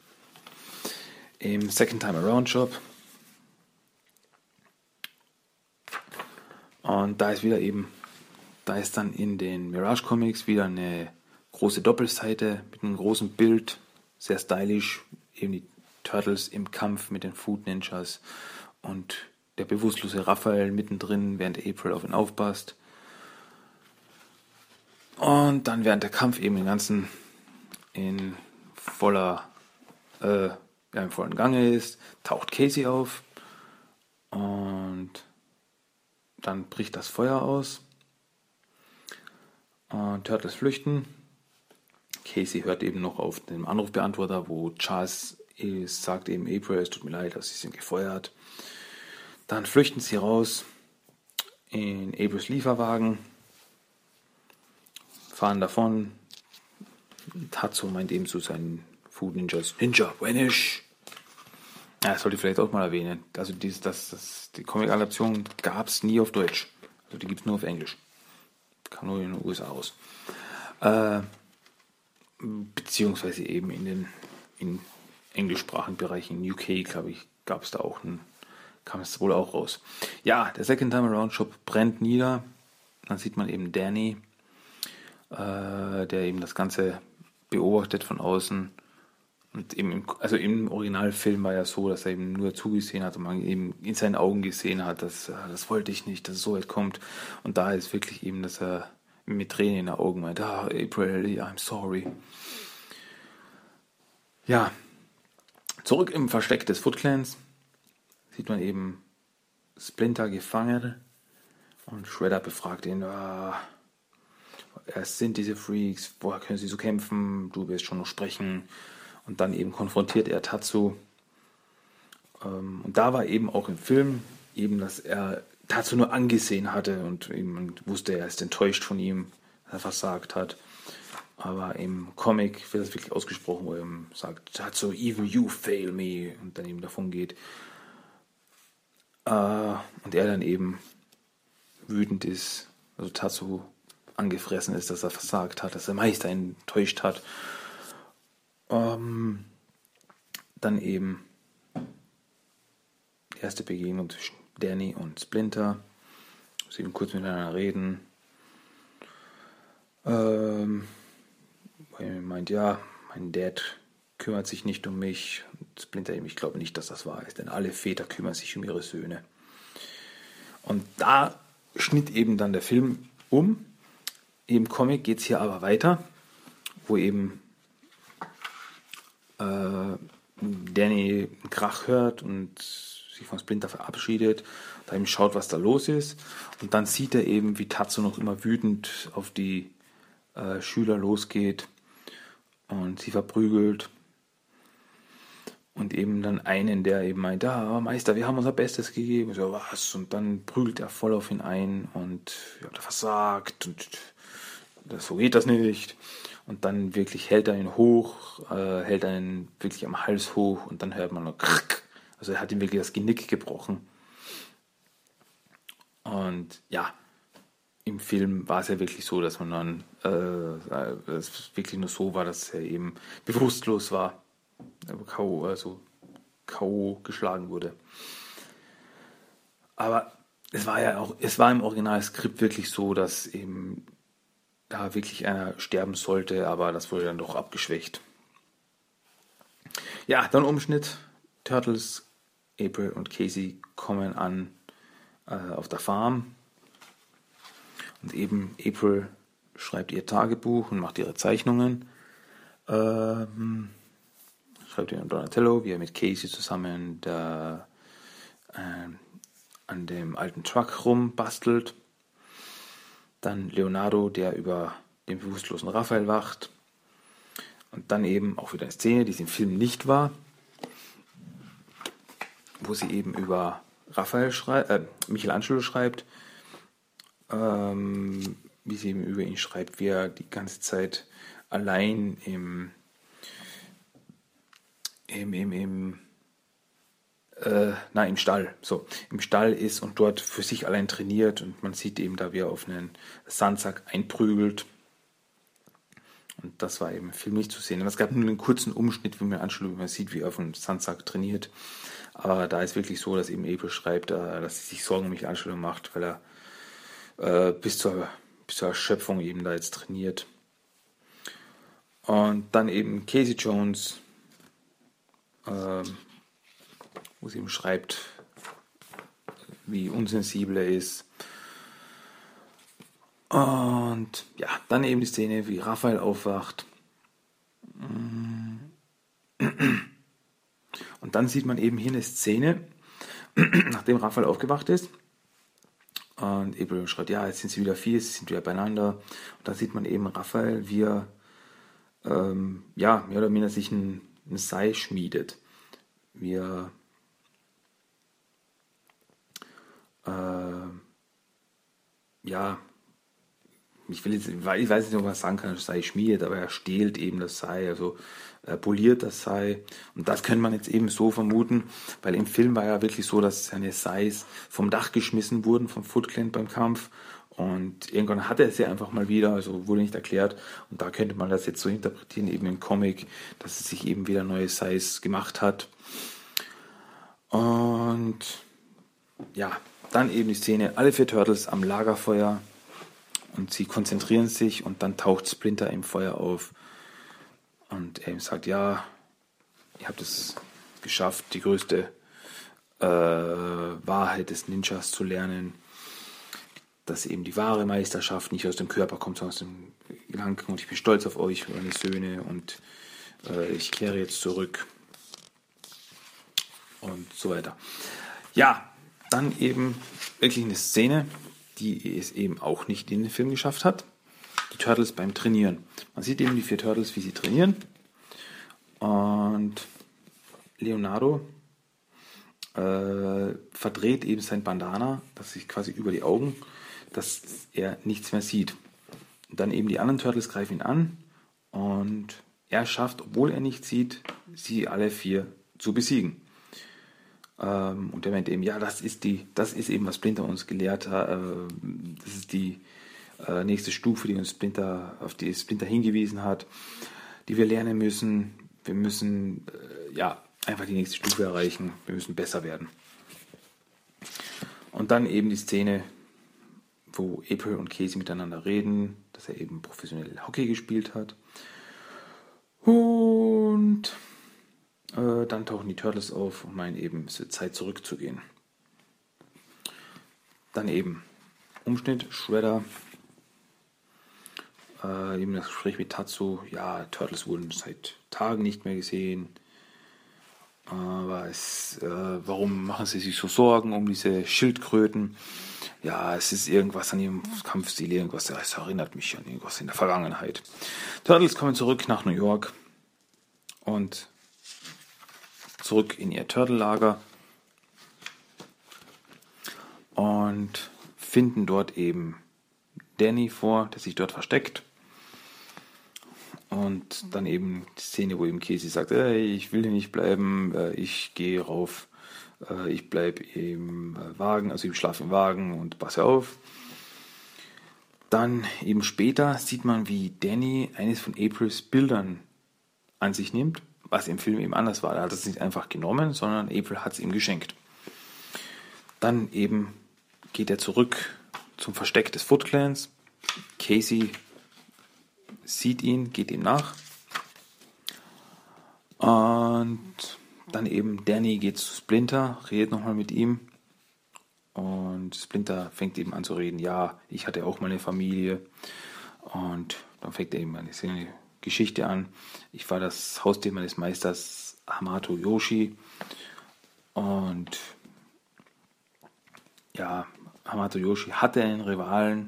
im Second Time Around Shop. Und da ist dann in den Mirage Comics wieder eine große Doppelseite mit einem großen Bild, sehr stylisch, eben die Turtles im Kampf mit den Foot Ninjas und der bewusstlose Raphael mittendrin, während April auf ihn aufpasst. Und dann während der Kampf eben im Ganzen im vollen Gange ist, taucht Casey auf und dann bricht das Feuer aus und Turtles flüchten. Casey hört eben noch auf den Anrufbeantworter, wo Charles sagt eben April, es tut mir leid, sie sind gefeuert. Dann flüchten sie raus in Aprils Lieferwagen, fahren davon. Tatsu meint eben zu seinen Foot Ninjas, Ninja, vanish. Ja, das sollte ich vielleicht auch mal erwähnen. Also die Comic-Adaption gab es nie auf Deutsch. Also die gibt es nur auf Englisch. Kam nur in den USA raus. Beziehungsweise eben in englischsprachigen Bereichen, in UK, glaube ich, gab es da auch kam es wohl auch raus. Ja, der Second Time Around Shop brennt nieder. Dann sieht man eben Danny, der eben das Ganze beobachtet von außen. Und eben im Originalfilm war ja so, dass er eben nur zugesehen hat und man eben in seinen Augen gesehen hat, dass das wollte ich nicht, dass es so weit kommt. Und da ist wirklich eben, dass er mit Tränen in den Augen meint, April, I'm sorry. Ja, zurück im Versteck des Foot Clans sieht man eben Splinter gefangen und Shredder befragt ihn, es sind diese Freaks, woher können sie so kämpfen, du wirst schon noch sprechen. Und dann eben konfrontiert er Tatsu Und da war eben auch im Film eben, dass er Tatsu nur angesehen hatte und eben wusste, er ist enttäuscht von ihm, dass er versagt hat. Aber im Comic wird das wirklich ausgesprochen, wo er eben sagt, Tatsu, even you fail me, und dann eben davon geht. Und er dann eben wütend ist, also Tatsu angefressen ist, dass er versagt hat, dass der Meister ihn enttäuscht hat. Dann eben die erste Begegnung zwischen Danny und Splinter. Sie eben kurz miteinander reden. Weil er meint, ja, mein Dad kümmert sich nicht um mich. Und Splinter eben, ich glaube nicht, dass das wahr ist, denn alle Väter kümmern sich um ihre Söhne. Und da schnitt eben dann der Film um. Im Comic geht es hier aber weiter, wo eben Danny einen Krach hört und sich von Splinter verabschiedet, da eben schaut, was da los ist, und dann sieht er eben, wie Tatsu noch immer wütend auf die Schüler losgeht und sie verprügelt, und eben dann einen, der eben meint, Meister, wir haben unser Bestes gegeben, so was, und dann prügelt er voll auf ihn ein und ihr habt versagt und so geht das nicht. Und dann wirklich hält er ihn hoch, hält er ihn wirklich am Hals hoch, und dann hört man nur krack. Also er hat ihm wirklich das Genick gebrochen. Und ja, im Film war es ja wirklich so, dass man dann es wirklich nur so war, dass er eben bewusstlos war, K.O. geschlagen wurde. Aber es war im Originalskript wirklich so, dass eben da wirklich einer sterben sollte, aber das wurde dann doch abgeschwächt. Ja, dann Umschnitt. Turtles, April und Casey kommen an auf der Farm. Und eben April schreibt ihr Tagebuch und macht ihre Zeichnungen. Schreibt ihr an Donatello, wie er mit Casey zusammen an dem alten Truck rumbastelt. Dann Leonardo, der über den bewusstlosen Raphael wacht. Und dann eben auch wieder eine Szene, die es im Film nicht war, wo sie eben über Michelangelo schreibt, wie sie eben über ihn schreibt, wie er die ganze Zeit allein im Stall. So, im Stall ist und dort für sich allein trainiert, und man sieht eben da, wie er auf einen Sandsack einprügelt. Und das war eben im Film nicht zu sehen. Und es gab nur einen kurzen Umschnitt, wie man sieht, wie er auf einem Sandsack trainiert. Aber da ist wirklich so, dass eben April schreibt, dass sie sich Sorgen um Michelangelo macht, weil er bis zur Erschöpfung eben da jetzt trainiert. Und dann eben Casey Jones, wo sie ihm schreibt, wie unsensibel er ist. Und ja, dann eben die Szene, wie Raphael aufwacht. Und dann sieht man eben hier eine Szene, nachdem Raphael aufgewacht ist. Und April schreibt, ja, jetzt sind sie wieder 4, sie sind wieder beieinander. Und dann sieht man eben Raphael, wie er mehr oder minder sich ein Seil schmiedet. Wie er ich weiß nicht, ob man sagen kann, das Sei schmiedet, aber er stehlt eben das Sei, also er poliert das Sei. Und das könnte man jetzt eben so vermuten, weil im Film war ja wirklich so, dass seine Seis vom Dach geschmissen wurden, vom Foot Clan beim Kampf. Und irgendwann hatte er sie einfach mal wieder, also wurde nicht erklärt. Und da könnte man das jetzt so interpretieren, eben im Comic, dass es sich eben wieder neue Seis gemacht hat. Und ja, dann eben die Szene, alle 4 Turtles am Lagerfeuer. Und sie konzentrieren sich, und dann taucht Splinter im Feuer auf. Und er sagt, ja, ihr habt es geschafft, die größte Wahrheit des Ninjas zu lernen. Dass eben die wahre Meisterschaft nicht aus dem Körper kommt, sondern aus dem Gedanken. Und ich bin stolz auf euch, meine Söhne. Und ich kehre jetzt zurück. Und so weiter. Ja, dann eben wirklich eine Szene, die es eben auch nicht in den Film geschafft hat. Die Turtles beim Trainieren. Man sieht eben die 4 Turtles, wie sie trainieren. Und Leonardo verdreht eben sein Bandana, das sich quasi über die Augen, dass er nichts mehr sieht. Und dann eben die anderen Turtles greifen ihn an und er schafft, obwohl er nichts sieht, sie alle 4 zu besiegen. Und er meint eben, ja, das ist eben, was Splinter uns gelehrt hat, das ist die nächste Stufe, auf die Splinter hingewiesen hat, die wir lernen müssen. Wir müssen einfach die nächste Stufe erreichen. Wir müssen besser werden. Und dann eben die Szene, wo April und Casey miteinander reden, dass er eben professionell Hockey gespielt hat. Und dann tauchen die Turtles auf und meinen eben, es wird Zeit zurückzugehen. Dann eben Umschnitt, Shredder, eben das Gespräch mit Tatsu. Ja, Turtles wurden seit Tagen nicht mehr gesehen. Aber warum machen sie sich so Sorgen um diese Schildkröten? Ja, es ist irgendwas an ihrem Kampfstil, es erinnert mich an irgendwas in der Vergangenheit. Turtles kommen zurück nach New York und zurück in ihr Turtle-Lager und finden dort eben Danny vor, der sich dort versteckt. Und dann eben die Szene, wo eben Casey sagt, ich will hier nicht bleiben, ich gehe rauf, ich bleibe im Wagen, also ich schlafe im Wagen und passe auf. Dann eben später sieht man, wie Danny eines von Aprils Bildern an sich nimmt, was im Film eben anders war. Er hat es nicht einfach genommen, sondern April hat es ihm geschenkt. Dann eben geht er zurück zum Versteck des Foot Clans. Casey sieht ihn, geht ihm nach. Und dann eben Danny geht zu Splinter, redet nochmal mit ihm. Und Splinter fängt eben an zu reden, ja, ich hatte auch mal eine Familie. Und dann fängt er eben eine Geschichte an. Ich war das Haustier meines Meisters Hamato Yoshi. Und ja, Hamato Yoshi hatte einen Rivalen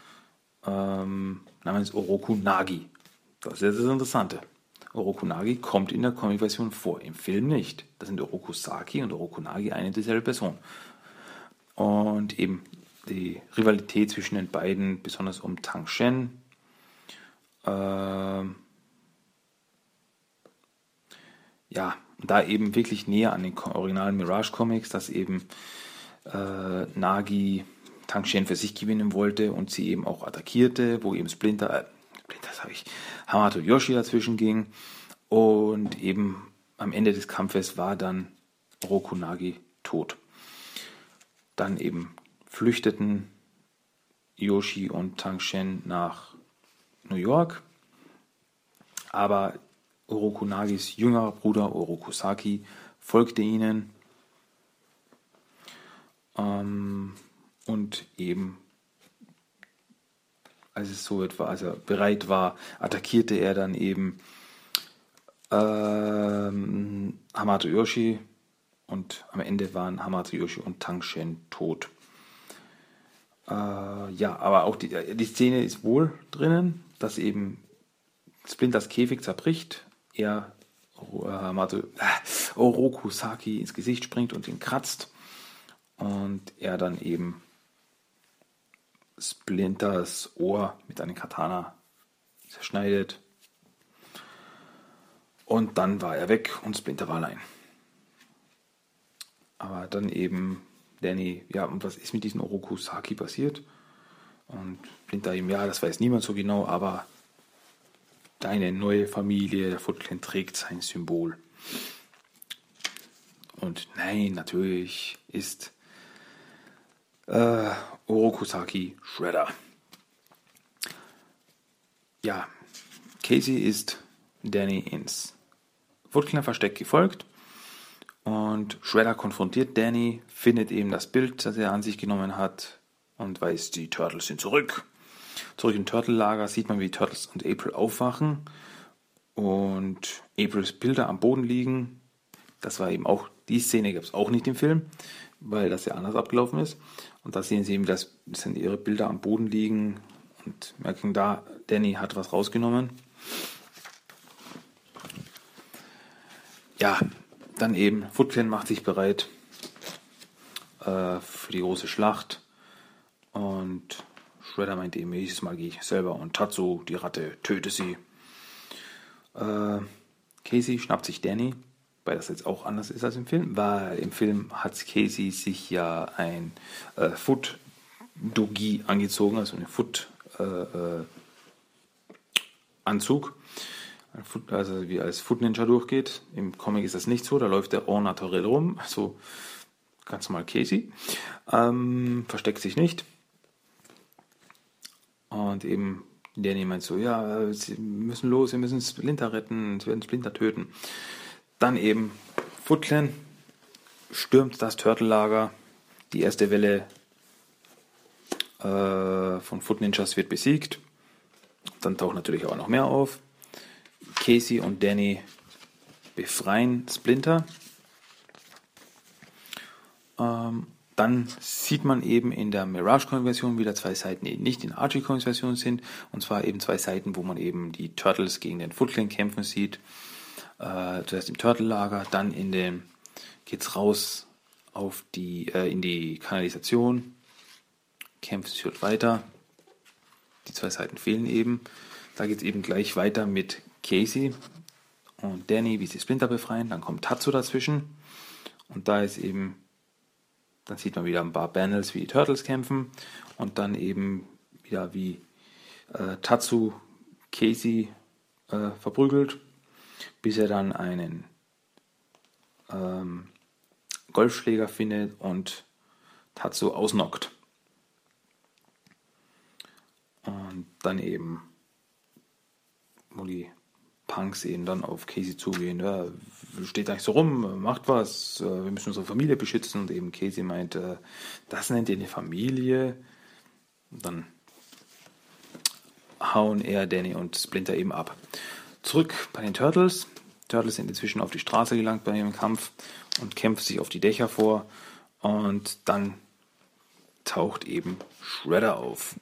namens Oroku Nagi. Das ist das Interessante. Oroku Nagi kommt in der Comic-Version vor, im Film nicht. Das sind Oroku Saki und Oroku Nagi eine und dieselbe Person. Und eben die Rivalität zwischen den beiden, besonders um Tang Shen, und da eben wirklich näher an den originalen Mirage Comics, dass eben Nagi Tang Shen für sich gewinnen wollte und sie eben auch attackierte, wo eben Hamato Yoshi dazwischen ging und eben am Ende des Kampfes war dann Oroku Nagi tot. Dann eben flüchteten Yoshi und Tang Shen nach New York, aber Oroku Nagis jüngerer Bruder Oroku Saki folgte ihnen und eben als es so etwa, als er bereit war, attackierte er dann eben Hamato Yoshi und am Ende waren Hamato Yoshi und Tang Shen tot. Aber auch die Szene ist wohl drinnen, dass eben Splinters Käfig zerbricht, er Oroku Saki ins Gesicht springt und ihn kratzt und er dann eben Splinters Ohr mit einem Katana zerschneidet. Und dann war er weg und Splinter war allein. Aber dann eben Danny, ja, und was ist mit diesem Oroku Saki passiert? Und Splinter ihm, ja, das weiß niemand so genau, aber deine neue Familie, der Foot Clan, trägt sein Symbol. Und nein, natürlich ist Oroku Saki Shredder. Ja, Casey ist Danny ins Foot Clan Versteck gefolgt und Shredder konfrontiert Danny, findet eben das Bild, das er an sich genommen hat und weiß, die Turtles sind zurück. Zurück im Turtle-Lager sieht man, wie Turtles und April aufwachen und Aprils Bilder am Boden liegen. Das war eben auch, die Szene gab es auch nicht im Film, weil das ja anders abgelaufen ist. Und da sehen sie eben, dass ihre Bilder am Boden liegen und merken da, Danny hat was rausgenommen. Ja, dann eben, Foot Clan macht sich bereit, für die große Schlacht. Und Shredder meint eben, nächstes Mal gehe ich selber und Tatsu, die Ratte, töte sie. Casey schnappt sich Danny, weil das jetzt auch anders ist als im Film, weil im Film hat Casey sich ja ein Foot-Dogi angezogen, also einen Foot-Anzug, also wie als Foot-Ninja durchgeht. Im Comic ist das nicht so, da läuft der en naturel rum, also ganz normal Casey, versteckt sich nicht. Und eben Danny meint so, ja, sie müssen los, wir müssen Splinter retten, sie werden Splinter töten. Dann eben Foot Clan stürmt das Turtle-Lager, die erste Welle von Foot Ninjas wird besiegt. Dann taucht natürlich auch noch mehr auf. Casey und Danny befreien Splinter. Dann sieht man eben in der Mirage Comics Version wieder zwei Seiten, die nicht in der Archie Comics Version sind. Und zwar eben zwei Seiten, wo man eben die Turtles gegen den Foot Clan kämpfen sieht. Zuerst im Turtle-Lager, dann geht's raus auf in die Kanalisation. Kämpft sich dort weiter. Die zwei Seiten fehlen eben. Da geht es eben gleich weiter mit Casey und Danny, wie sie Splinter befreien. Dann kommt Tatsu dazwischen. Und da ist eben, dann sieht man wieder ein paar Panels, wie die Turtles kämpfen. Und dann eben wieder, wie Tatsu Casey verprügelt, bis er dann einen Golfschläger findet und Tatsu ausnockt. Und dann eben, wo die Punks eben dann auf Casey zugehen, ja, steht eigentlich so rum, macht was, wir müssen unsere Familie beschützen. Und eben Casey meint, das nennt ihr eine Familie. Und dann hauen er, Danny und Splinter eben ab. Zurück bei den Turtles. Turtles sind inzwischen auf die Straße gelangt bei ihrem Kampf und kämpfen sich auf die Dächer vor. Und dann taucht eben Shredder auf.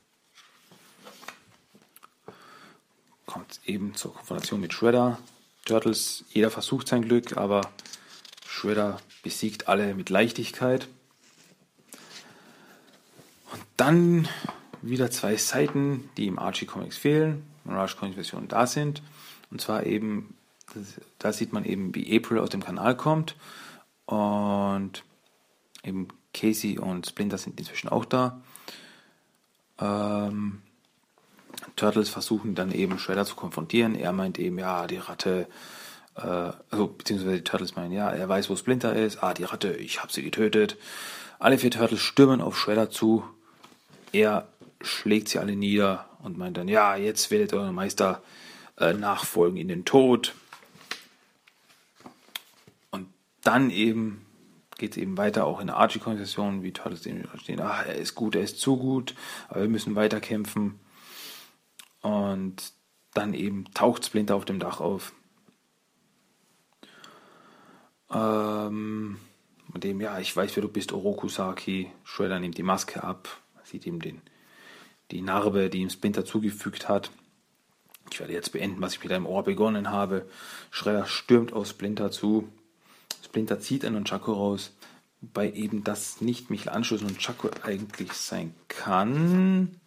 Kommt eben zur Konfrontation mit Shredder. Turtles, jeder versucht sein Glück, aber Shredder besiegt alle mit Leichtigkeit. Und dann wieder zwei Seiten, die im Archie Comics fehlen, in der Archie Comics Version da sind. Und zwar eben, da sieht man eben, wie April aus dem Kanal kommt. Und eben Casey und Splinter sind inzwischen auch da. Turtles versuchen dann eben Shredder zu konfrontieren. Er meint eben, ja, die Ratte, beziehungsweise die Turtles meinen, ja, er weiß, wo Splinter ist. Die Ratte, ich habe sie getötet. Alle 4 Turtles stürmen auf Shredder zu. Er schlägt sie alle nieder und meint dann, ja, jetzt werdet euer Meister nachfolgen in den Tod. Und dann eben geht es eben weiter, auch in der Archie-Konversation, wie Turtles stehen, er ist gut, er ist zu gut, aber wir müssen weiter kämpfen. Und dann eben taucht Splinter auf dem Dach auf. Mit dem, ja, ich weiß, wer du bist, Orokusaki. Shredder nimmt die Maske ab, sieht ihm die Narbe, die ihm Splinter zugefügt hat. Ich werde jetzt beenden, was ich mit deinem Ohr begonnen habe. Shredder stürmt auf Splinter zu. Splinter zieht einen Nunchaku raus, wobei eben das nicht Michelangelos Nunchaku eigentlich sein kann.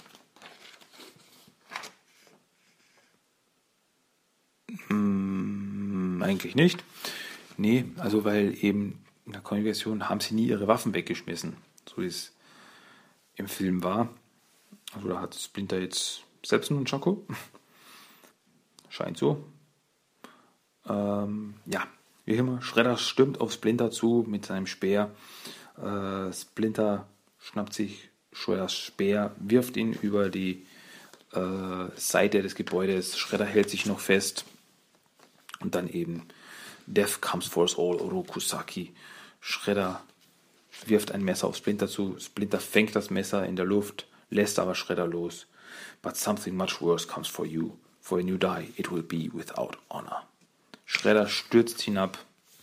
Eigentlich nicht. Nee, also weil eben in der Comic-Version haben sie nie ihre Waffen weggeschmissen, so wie es im Film war. Also da hat Splinter jetzt selbst einen Nunchaku. Scheint so. Ja, wie immer, Shredder stürmt auf Splinter zu mit seinem Speer. Splinter schnappt sich Shredders Speer, wirft ihn über die Seite des Gebäudes. Shredder hält sich noch fest. Und dann eben Death comes for us all, Orokusaki. Shredder wirft ein Messer auf Splinter zu. Splinter fängt das Messer in der Luft, lässt aber Shredder los. But something much worse comes for you. For when you die, it will be without honor. Shredder stürzt hinab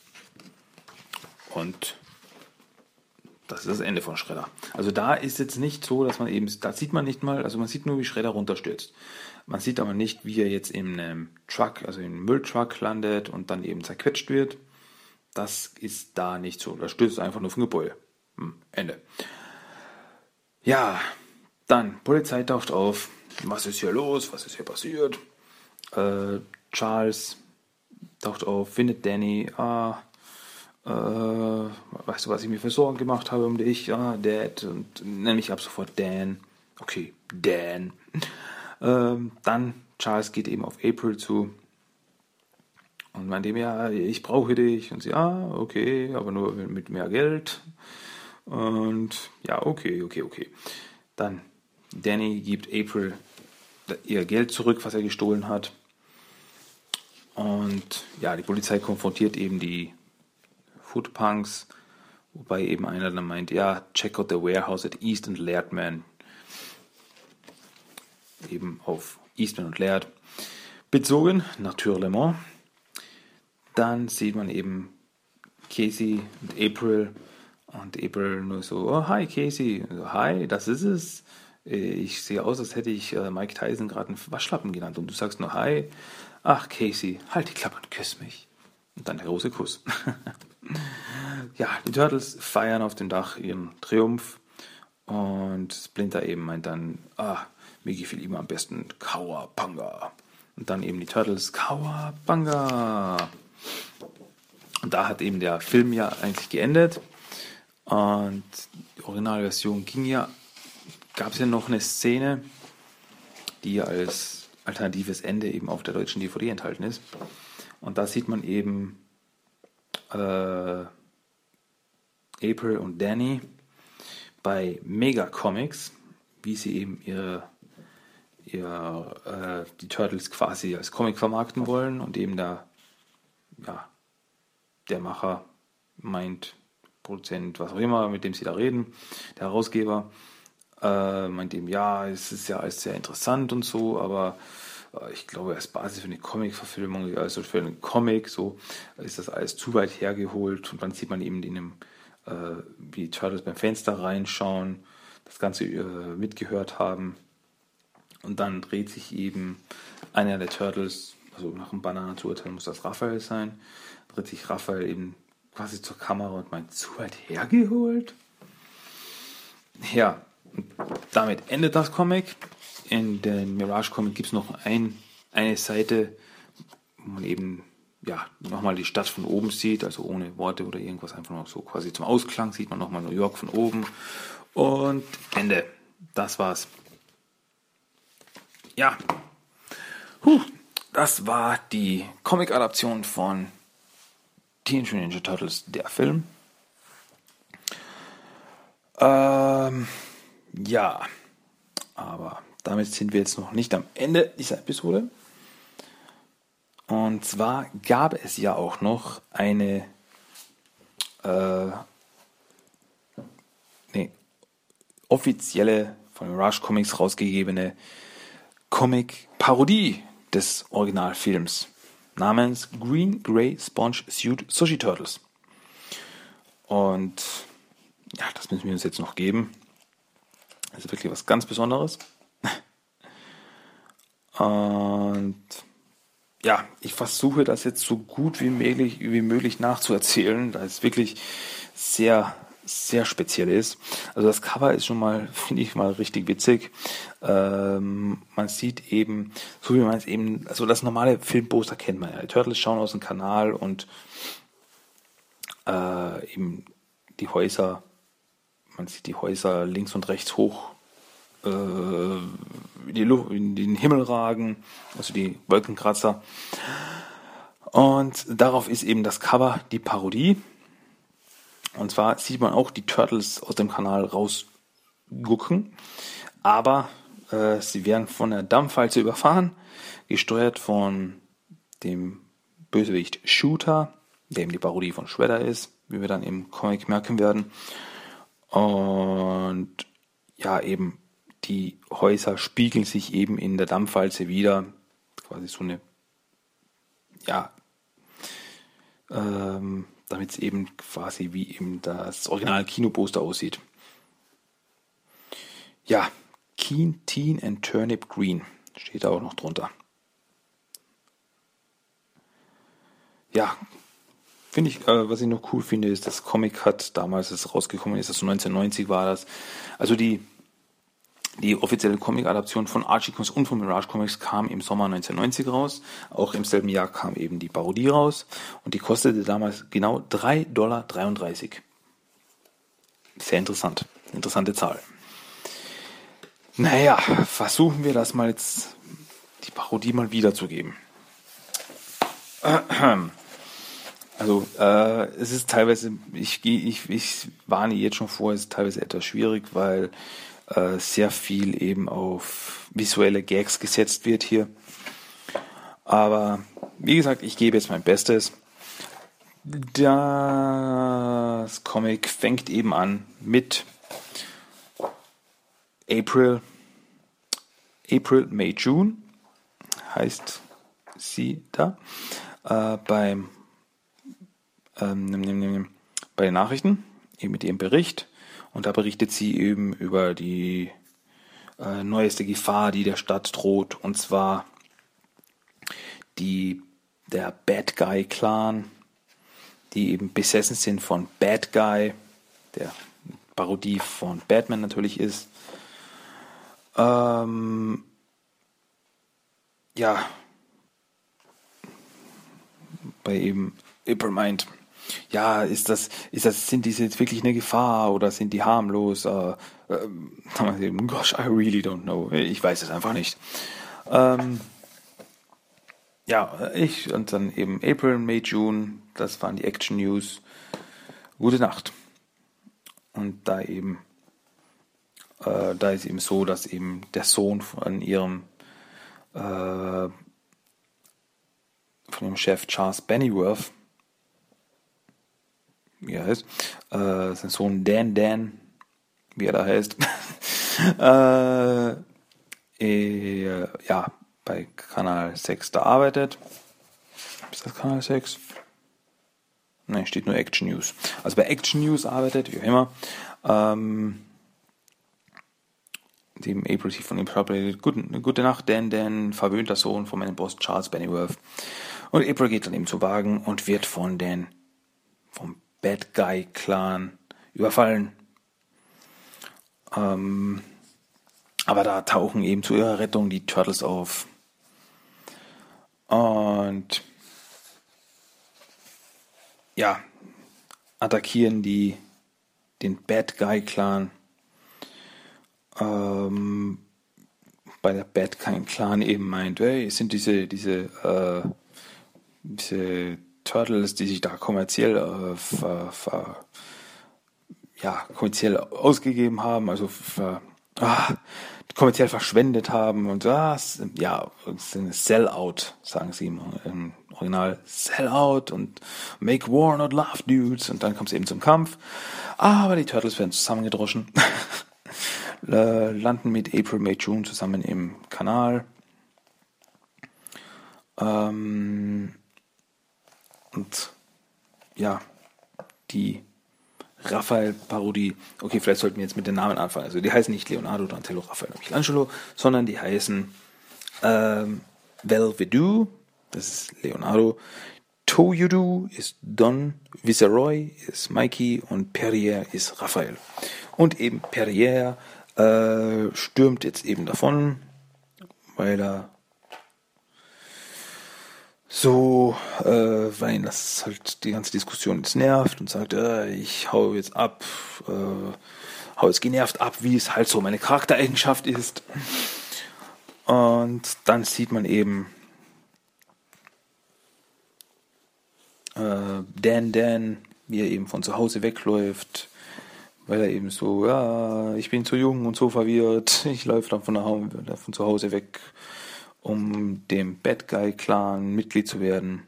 und das ist das Ende von Shredder. Also da ist jetzt nicht so, dass man eben, da sieht man nicht mal, also man sieht nur, wie Shredder runterstürzt. Man sieht aber nicht, wie er jetzt in einem Truck, also in einem Mülltruck landet und dann eben zerquetscht wird. Das ist da nicht so. Da stürzt er einfach nur vom Gebäude. Ende. Ja, dann Polizei taucht auf. Was ist hier los? Was ist hier passiert? Charles taucht auf, findet Danny. Weißt du, was ich mir für Sorgen gemacht habe um dich? Dad. Und nenne mich ab sofort Dan. Okay, Dan. Dann Charles geht eben auf April zu und meint ihm, ja, ich brauche dich. Und sie, okay, aber nur mit mehr Geld. Und ja, okay. Dann Danny gibt April ihr Geld zurück, was er gestohlen hat. Und ja, die Polizei konfrontiert eben die Footpunks, wobei eben einer dann meint, ja, check out the warehouse at East and Laird, man. Eben auf Eastman und Laird bezogen, naturellement. Dann sieht man eben Casey und April nur so, oh, hi Casey, so, hi, das ist es. Ich sehe aus, als hätte ich Mike Tyson gerade einen Waschlappen genannt und du sagst nur hi. Ach Casey, halt die Klappe und küss mich. Und dann der große Kuss. Ja, die Turtles feiern auf dem Dach ihren Triumph und Splinter eben meint dann, mir gefiel ihm am besten Cowabunga. Und dann eben die Turtles, Cowabunga. Und da hat eben der Film ja eigentlich geendet. Und die Originalversion gab es ja noch eine Szene, die als alternatives Ende eben auf der deutschen DVD enthalten ist. Und da sieht man eben April und Danny bei Mega Comics, wie sie eben die Turtles quasi als Comic vermarkten wollen und eben der Macher meint, Produzent, was auch immer, mit dem sie da reden, der Herausgeber, meint eben, ja, es ist ja alles sehr interessant und so, aber ich glaube, als Basis für eine Comic-Verfilmung, also für einen Comic, so ist das alles zu weit hergeholt und dann sieht man eben wie die Turtles beim Fenster reinschauen, das Ganze mitgehört haben und dann dreht sich eben einer der Turtles, also nach dem Banner zu urteilen muss das Raphael sein, dreht sich Raphael eben quasi zur Kamera und meint, zu weit hergeholt? Ja, und damit endet das Comic. In den Mirage Comic gibt es noch eine Seite, wo man eben nochmal die Stadt von oben sieht, also ohne Worte oder irgendwas, einfach noch so quasi zum Ausklang sieht man nochmal New York von oben und Ende. Das war's. Ja, das war die Comic-Adaption von Teenage Mutant Ninja Turtles, der Film. Ja, aber damit sind wir jetzt noch nicht am Ende dieser Episode. Und zwar gab es ja auch noch eine offizielle von Mirage Comics rausgegebene Comic-Parodie des Originalfilms namens Green Grey Sponge Suit Sushi Turtles. Und ja, das müssen wir uns jetzt noch geben. Das ist wirklich was ganz Besonderes. Und ja, ich versuche das jetzt so gut wie möglich nachzuerzählen, da es wirklich sehr, sehr speziell ist. Also das Cover ist schon mal, finde ich mal richtig witzig. Man sieht eben, so wie man es eben, also das normale Filmposter kennt man ja. Die Turtles schauen aus dem Kanal und eben die Häuser, man sieht die Häuser links und rechts hoch in den Himmel ragen, also die Wolkenkratzer. Und darauf ist eben das Cover die Parodie. Und zwar sieht man auch die Turtles aus dem Kanal rausgucken, aber sie werden von der Dampfwalze überfahren, gesteuert von dem Bösewicht Shooter, der eben die Parodie von Shredder ist, wie wir dann im Comic merken werden. Und ja, eben die Häuser spiegeln sich eben in der Dampfwalze wieder. Quasi so eine, damit es eben quasi wie eben das Original-Kinoposter aussieht. Ja, Keen, Teen and Turnip Green steht da auch noch drunter. Ja, Finde ich, was ich noch cool finde, ist, das Comic hat damals, als es rausgekommen ist, also 1990 war das, also die offizielle Comic-Adaption von Archie Comics und von Mirage Comics kam im Sommer 1990 raus. Auch im selben Jahr kam eben die Parodie raus und die kostete damals genau $3,33. Sehr interessant. Interessante Zahl. Naja, versuchen wir das mal jetzt, die Parodie mal wiederzugeben. Also, es ist teilweise, ich warne jetzt schon vor, es ist teilweise etwas schwierig, weil sehr viel eben auf visuelle Gags gesetzt wird hier. Aber, wie gesagt, ich gebe jetzt mein Bestes. Das Comic fängt eben an mit April, May, June heißt sie da bei den Nachrichten, eben mit ihrem Bericht. Und da berichtet sie eben über die neueste Gefahr, die der Stadt droht. Und zwar der Bad Guy Clan, die eben besessen sind von Bad Guy, der Parodie von Batman natürlich ist. Ja. Bei eben April meint, ja, sind diese jetzt wirklich eine Gefahr oder sind die harmlos? Gosh, I really don't know. Ich weiß es einfach nicht. Und dann eben April, May, June, das waren die Action News. Gute Nacht. Und da ist eben so, dass eben der Sohn von ihrem Chef Charles Pennyworth, wie er heißt, sein Sohn Dan, wie er da heißt, bei Kanal 6 da arbeitet. Ist das Kanal 6? Nein, steht nur Action News. Also bei Action News arbeitet, wie auch immer. Dem April von ihm gute Nacht, Dan, verwöhnter Sohn von meinem Boss Charles Pennyworth. Und April geht dann eben zu Wagen und wird vom Bad Guy Clan überfallen. Aber da tauchen eben zu ihrer Rettung die Turtles auf. Und ja, attackieren den Bad Guy Clan. Bei der Bad Guy Clan eben meint, hey, es sind diese Turtles, die sich da kommerziell ausgegeben haben, also kommerziell verschwendet haben und es ist ein Sellout, sagen sie im Original, Sellout und Make War Not Love Dudes, und dann kommt es eben zum Kampf, aber die Turtles werden zusammengedroschen, landen mit April, May, June zusammen im Kanal, und ja, die Raphael-Parodie, okay, vielleicht sollten wir jetzt mit den Namen anfangen. Also die heißen nicht Leonardo, Donatello, Raphael und Michelangelo, sondern die heißen Velvedu, das ist Leonardo, Toyodu ist Don, Viceroy ist Mikey und Perrier ist Raphael. Und eben Perrier stürmt jetzt eben davon, weil er weil ihn das halt die ganze Diskussion jetzt nervt und sagt, ich hau jetzt ab, hau jetzt genervt ab, wie es halt so meine Charaktereigenschaft ist. Und dann sieht man eben Dan, wie er eben von zu Hause wegläuft, weil er eben so, ich bin zu jung und so verwirrt, ich laufe dann von zu Hause weg, um dem Bad Guy Clan Mitglied zu werden.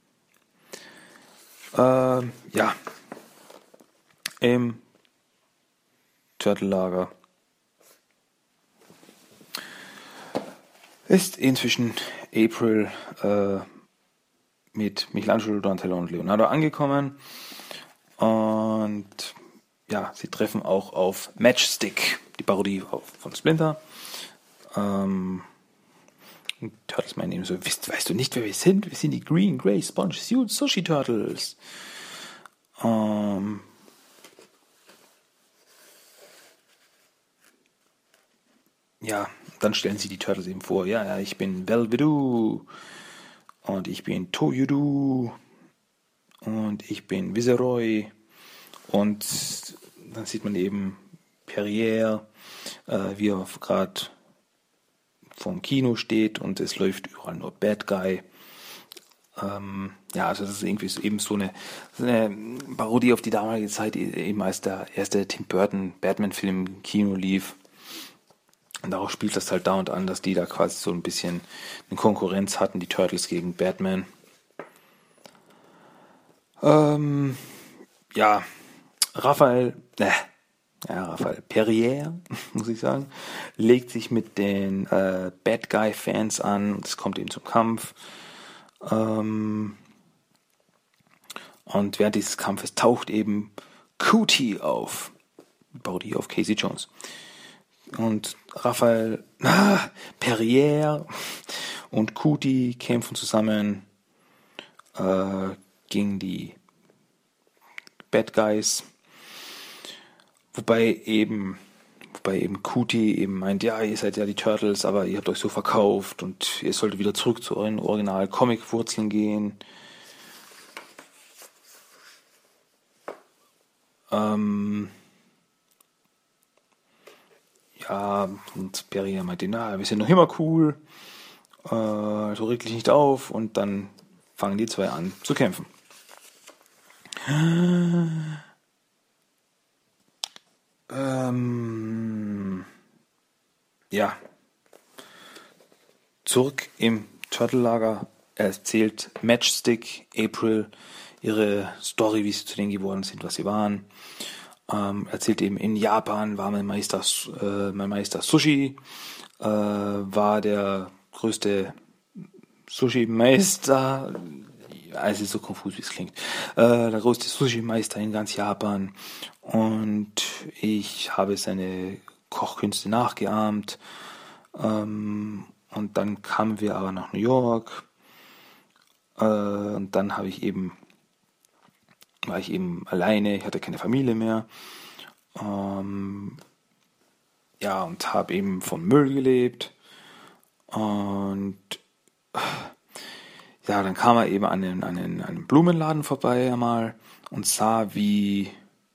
Im Turtle-Lager ist inzwischen April mit Michelangelo, Donatello und Leonardo angekommen. Und ja, sie treffen auch auf Matchstick, die Parodie von Splinter. Turtles meinen eben so, weißt du nicht, wer wir sind? Wir sind die Green, Grey, Sponge, Sushi Turtles. Ja, dann stellen sie die Turtles eben vor. Ja, ich bin Velvedu und ich bin Toyodu und ich bin Viceroy. Und dann sieht man eben Perrier, wie er gerade vorm Kino steht und es läuft überall nur Bad Guy. Ja, also das ist irgendwie eben so eine Parodie auf die damalige Zeit, eben als der erste Tim Burton Batman-Film im Kino lief. Und darauf spielt das halt dauernd an, dass die da quasi so ein bisschen eine Konkurrenz hatten, die Turtles gegen Batman. Ja, Raphael Perrier, muss ich sagen, legt sich mit den Bad Guy-Fans an und es kommt eben zum Kampf. Und während dieses Kampfes taucht eben Cootie auf. Parodie auf Casey Jones. Und Raphael, Perrier und Cootie kämpfen zusammen gegen die Bad Guys. Wobei eben Cootie eben meint, ja, ihr seid ja die Turtles, aber ihr habt euch so verkauft und ihr solltet wieder zurück zu euren Original-Comic-Wurzeln gehen. Ja, und Perrier meinte, wir sind noch immer cool, so reg dich nicht auf, und dann fangen die zwei an zu kämpfen. Ja. Zurück im Turtle-Lager erzählt Matchstick April ihre Story, wie sie zu denen geworden sind, was sie waren. Erzählt eben, in Japan war mein Meister Sushi, war der größte Sushi-Meister, es ist so konfus, wie es klingt, der größte Sushi-Meister in ganz Japan, und ich habe seine Kochkünste nachgeahmt, und dann kamen wir aber nach New York, und dann war ich eben alleine, ich hatte keine Familie mehr, ja, und habe eben von Müll gelebt, und ja, dann kam er eben an einen Blumenladen vorbei einmal und sah, wie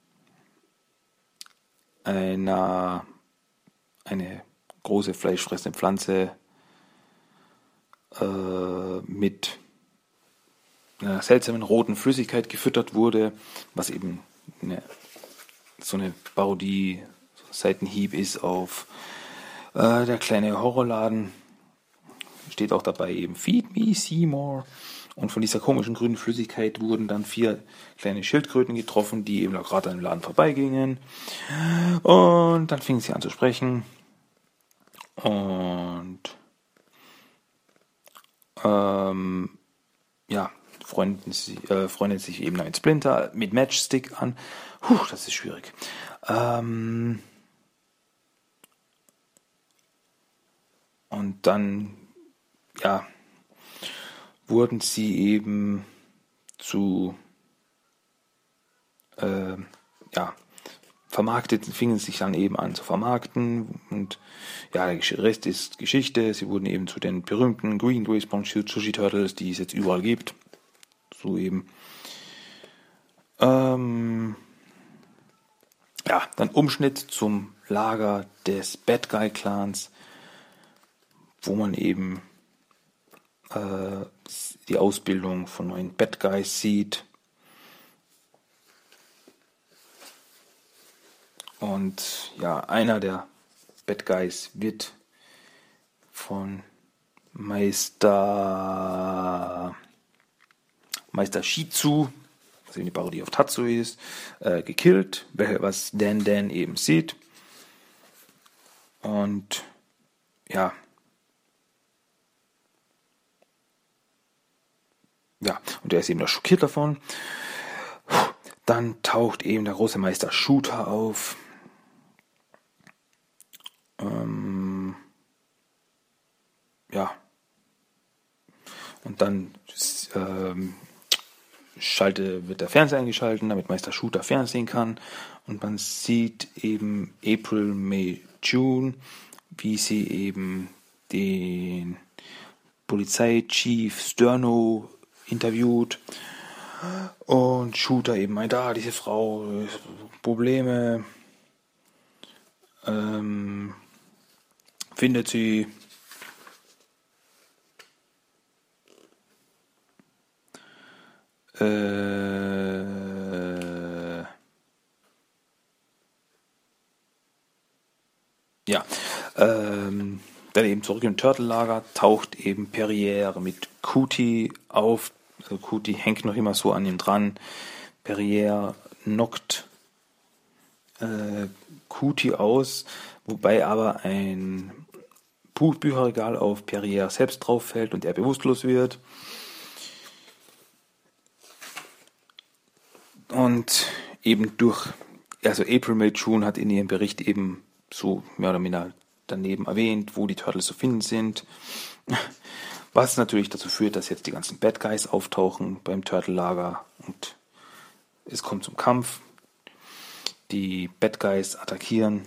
eine große fleischfressende Pflanze mit einer seltsamen roten Flüssigkeit gefüttert wurde, was eben so eine Parodie, so ein Seitenhieb ist auf der kleine Horrorladen. Steht auch dabei eben Feed me Seymour. Und von dieser komischen grünen Flüssigkeit wurden dann 4 kleine Schildkröten getroffen, die eben gerade an dem Laden vorbeigingen. Und dann fingen sie an zu sprechen. Und ja, freunden sich eben mit Splinter, mit Matchstick an. Das ist schwierig. Und dann, ja, wurden sie eben fingen sich dann eben an zu vermarkten, und ja, der Rest ist Geschichte. Sie wurden eben zu den berühmten Green Respawn Sushi Turtles, die es jetzt überall gibt. So eben. Ja, dann Umschnitt zum Lager des Bad Guy Clans, wo man eben die Ausbildung von neuen Bad Guys sieht. Und ja, einer der Bad Guys wird von Meister Shizu, was eben die Parodie auf Tatsu ist, gekillt, was Dan eben sieht. Und ja, und er ist eben noch schockiert davon. Dann taucht eben der große Meister Shooter auf. Ja. Und dann wird der Fernseher eingeschaltet, damit Meister Shooter fernsehen kann. Und man sieht eben April, May, June, wie sie eben den Polizeichief Sterno interviewt. Und Shooter eben meint, diese Frau, Probleme, findet sie. Dann eben zurück im Turtle-Lager taucht eben Perrier mit Cootie auf. Also Cootie hängt noch immer so an ihm dran. Perrier knockt Cootie aus, wobei aber ein Bücherregal auf Perrier selbst drauf fällt und er bewusstlos wird. Und eben April, May, June hat in ihrem Bericht eben so mehr oder minder daneben erwähnt, wo die Turtles zu finden sind. Was natürlich dazu führt, dass jetzt die ganzen Bad Guys auftauchen beim Turtle-Lager und es kommt zum Kampf. Die Bad Guys attackieren.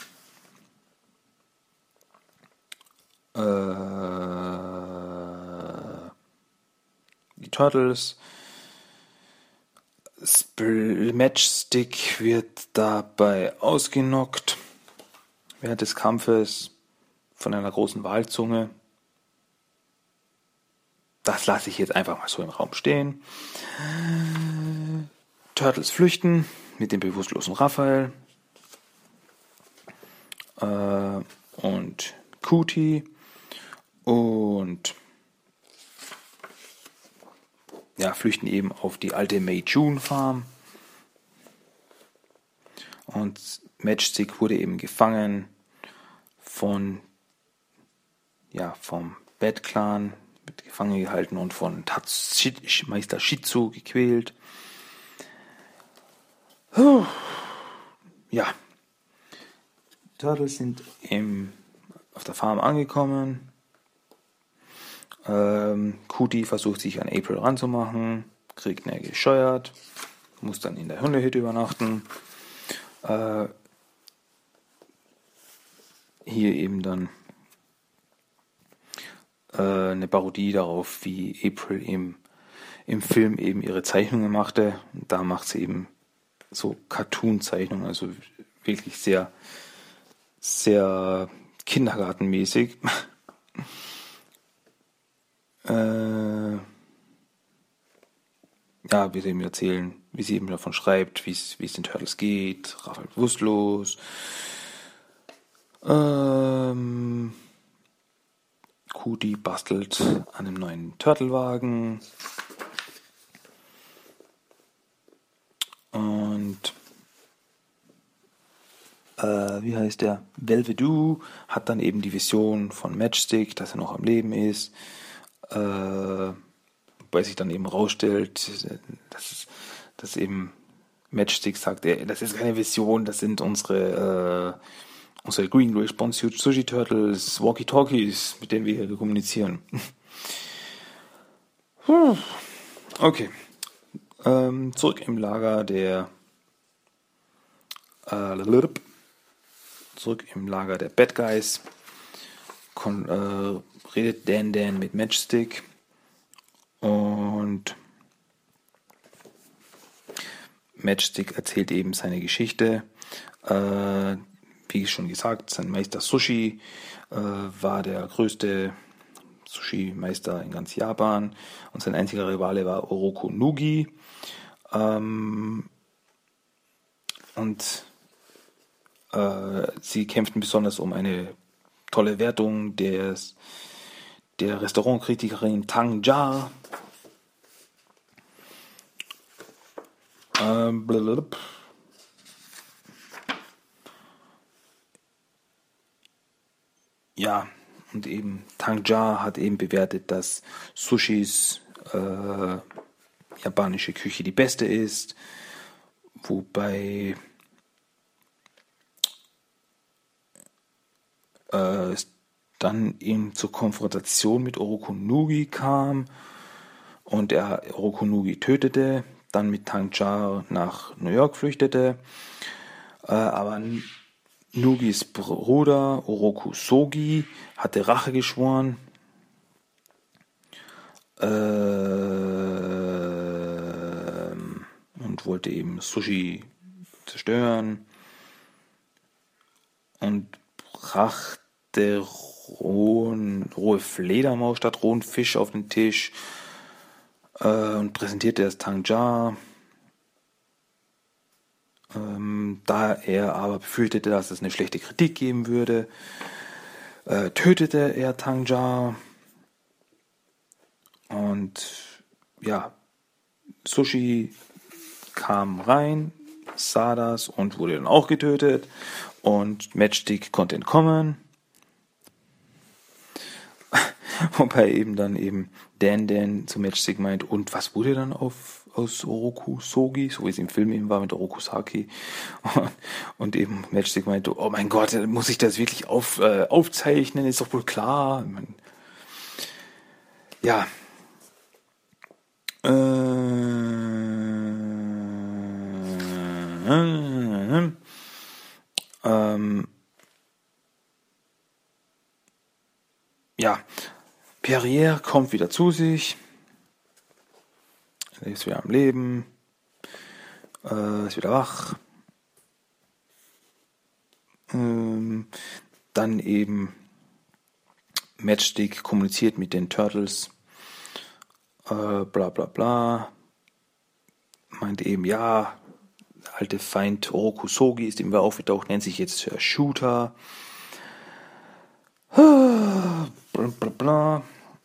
Die Turtles. Matchstick wird dabei ausgenockt während des Kampfes von einer großen Walzunge. Das lasse ich jetzt einfach mal so im Raum stehen. Turtles flüchten mit dem bewusstlosen Raphael und Cootie und flüchten eben auf die alte May-June Farm. Und Matchstick wurde eben gefangen vom Bad Clan, wird gefangen gehalten und von Meister Shizu gequält. Turtles sind auf der Farm angekommen. Cootie versucht sich an April ranzumachen, kriegt gescheuert, muss dann in der Hundehütte übernachten. Hier eben dann eine Parodie darauf, wie April im Film eben ihre Zeichnungen machte. Da macht sie eben so Cartoon-Zeichnungen, also wirklich sehr, sehr kindergartenmäßig. Wie sie mir erzählen, wie sie eben davon schreibt, wie es den Turtles geht, Raphael bewusstlos. Cootie bastelt an einem neuen Turtlewagen. Und wie heißt der? Velvedu hat dann eben die Vision von Matchstick, dass er noch am Leben ist. Wobei sich dann eben rausstellt, dass eben Matchstick sagt, das ist keine Vision, das sind unsere Green Response Sushi Turtles Walkie-Talkies, mit denen wir hier kommunizieren. Okay. Zurück im Lager der Bad Guys redet Dan mit Matchstick und Matchstick erzählt eben seine Geschichte. Wie schon gesagt, sein Meister Sushi war der größte Sushi-Meister in ganz Japan und sein einziger Rivale war Oroku Nugi. Sie kämpften besonders um eine tolle Wertung der Restaurantkritikerin Tang Jia. Und eben Tang Jia hat eben bewertet, dass Sushis japanische Küche die beste ist, wobei es dann eben zur Konfrontation mit Oroku Nugi kam und er Oroku-Nugi tötete, dann mit Tanjiro nach New York flüchtete, aber Nugis Bruder Oroku Sogi hatte Rache geschworen und wollte eben Sushi zerstören und brachte rohe Fledermaus statt rohen Fisch auf den Tisch und präsentierte es Tanjiro. Da er aber befürchtete, dass es eine schlechte Kritik geben würde, tötete er Tanjiro. Und ja, Sushi kam rein, sah das und wurde dann auch getötet. Und Matchstick konnte entkommen. Wobei eben dann Dan zu Matchstick meint, und was wurde dann aus Oroku Sogi, so wie es im Film eben war mit Oroku Saki. Und eben Matchstick meinte, oh mein Gott, muss ich das wirklich aufzeichnen, ist doch wohl klar. Ja. Ja, Perrier kommt wieder zu sich, er ist wieder am Leben, ist wieder wach. Dann eben Matchstick kommuniziert mit den Turtles, bla bla bla, meinte eben, ja, der alte Feind Oroku Sogi ist ihm wieder aufgetaucht, nennt sich jetzt Shooter. Bla bla bla.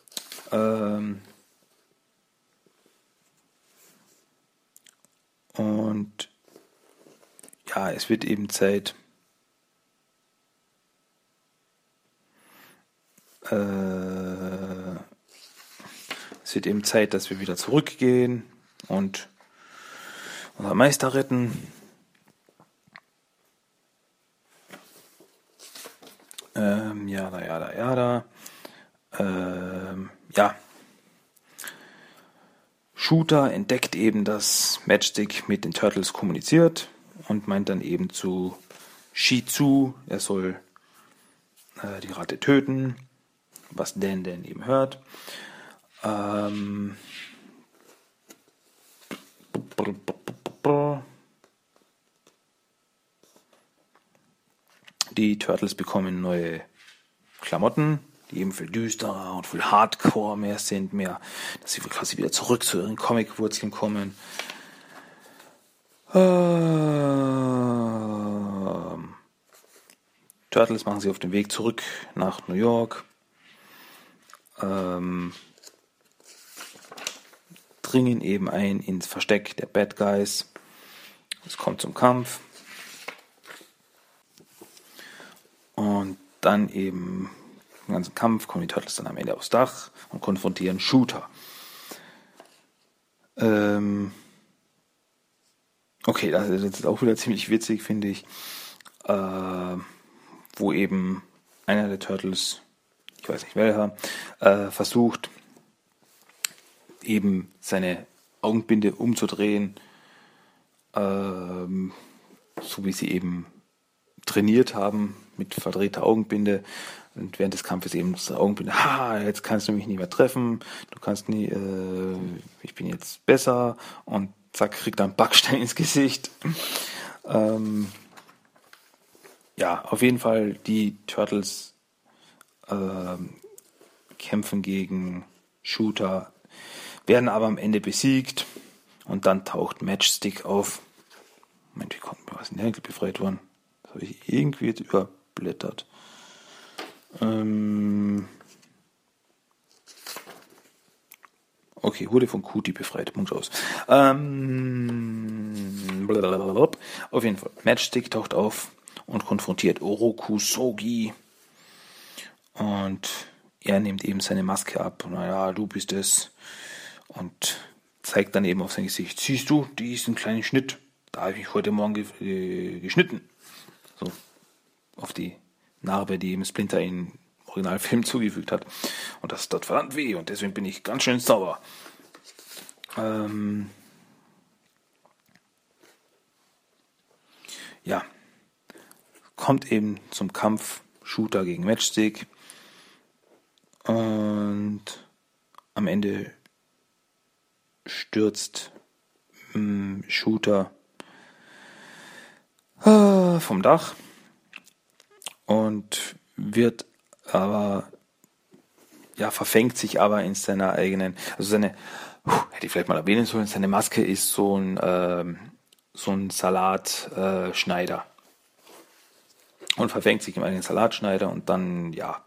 Und ja, es wird eben Zeit, dass wir wieder zurückgehen und unseren Meister retten. Ja. Shooter entdeckt eben, dass Matchstick mit den Turtles kommuniziert und meint dann eben zu Shizu, er soll die Ratte töten, was Dan eben hört. Die Turtles bekommen neue Klamotten, die eben viel düsterer und viel Hardcore mehr sind, dass sie quasi wieder zurück zu ihren Comic-Wurzeln kommen. Turtles machen sie auf den Weg zurück nach New York. Dringen eben ein ins Versteck der Bad Guys. Es kommt zum Kampf. Und dann eben im ganzen Kampf kommen die Turtles dann am Ende aufs Dach und konfrontieren Shooter. Okay, das ist auch wieder ziemlich witzig, finde ich. Wo eben einer der Turtles, ich weiß nicht welcher, versucht, eben seine Augenbinde umzudrehen, so wie sie eben trainiert haben, mit verdrehter Augenbinde, und während des Kampfes eben das Augenbinde, jetzt kannst du mich nicht mehr treffen, du kannst nie, ich bin jetzt besser, und zack, kriegt er einen Backstein ins Gesicht. Ja, auf jeden Fall, die Turtles kämpfen gegen Shooter, werden aber am Ende besiegt, und dann taucht Matchstick auf. Moment, wie kommt mir was in der Henkel befreit worden? Das habe ich irgendwie jetzt überblättert. Okay, wurde von Kuti befreit. Punkt aus. Auf jeden Fall, Matchstick taucht auf und konfrontiert Oroku Sogi. Und er nimmt eben seine Maske ab. Naja, du bist es. Und zeigt dann eben auf sein Gesicht. Siehst du, die ist ein kleiner Schnitt. Da habe ich mich heute Morgen geschnitten. So, auf die Narbe, die eben Splinter in Originalfilm zugefügt hat. Und das ist dort verdammt weh. Und deswegen bin ich ganz schön sauer. Ja, kommt eben zum Kampf Shooter gegen Matchstick und am Ende stürzt Shooter vom Dach und wird aber, ja, verfängt sich aber in seiner eigenen, also seine, hätte ich vielleicht mal erwähnen sollen, seine Maske ist so ein Salatschneider und verfängt sich im eigenen Salatschneider und dann, ja,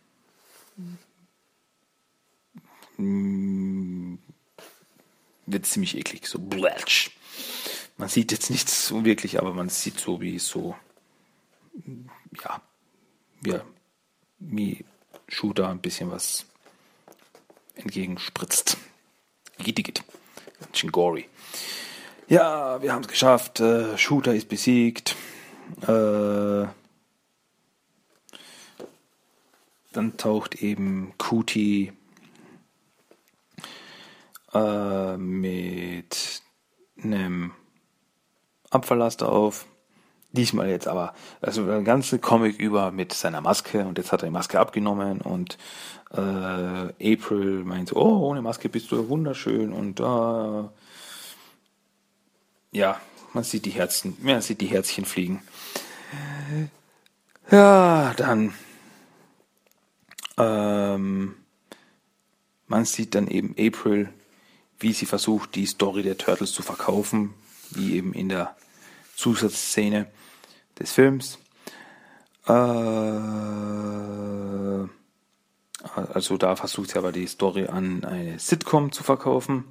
wird ziemlich eklig, so blatsch. Man sieht jetzt nichts so wirklich, aber man sieht so wie Shooter ein bisschen was entgegenspritzt. Igitt. Ganz schön gory. Ja, wir haben es geschafft. Shooter ist besiegt. Dann taucht eben Cootie mit einem Abfalllaster auf. Diesmal jetzt aber, also der ganze Comic über mit seiner Maske und jetzt hat er die Maske abgenommen und April meint so, oh, ohne Maske bist du wunderschön und ja, man sieht die Herzchen fliegen. Ja, dann man sieht dann eben April, wie sie versucht, die Story der Turtles zu verkaufen, wie eben in der Zusatzszene des Films. Also da versucht sie aber die Story an eine Sitcom zu verkaufen.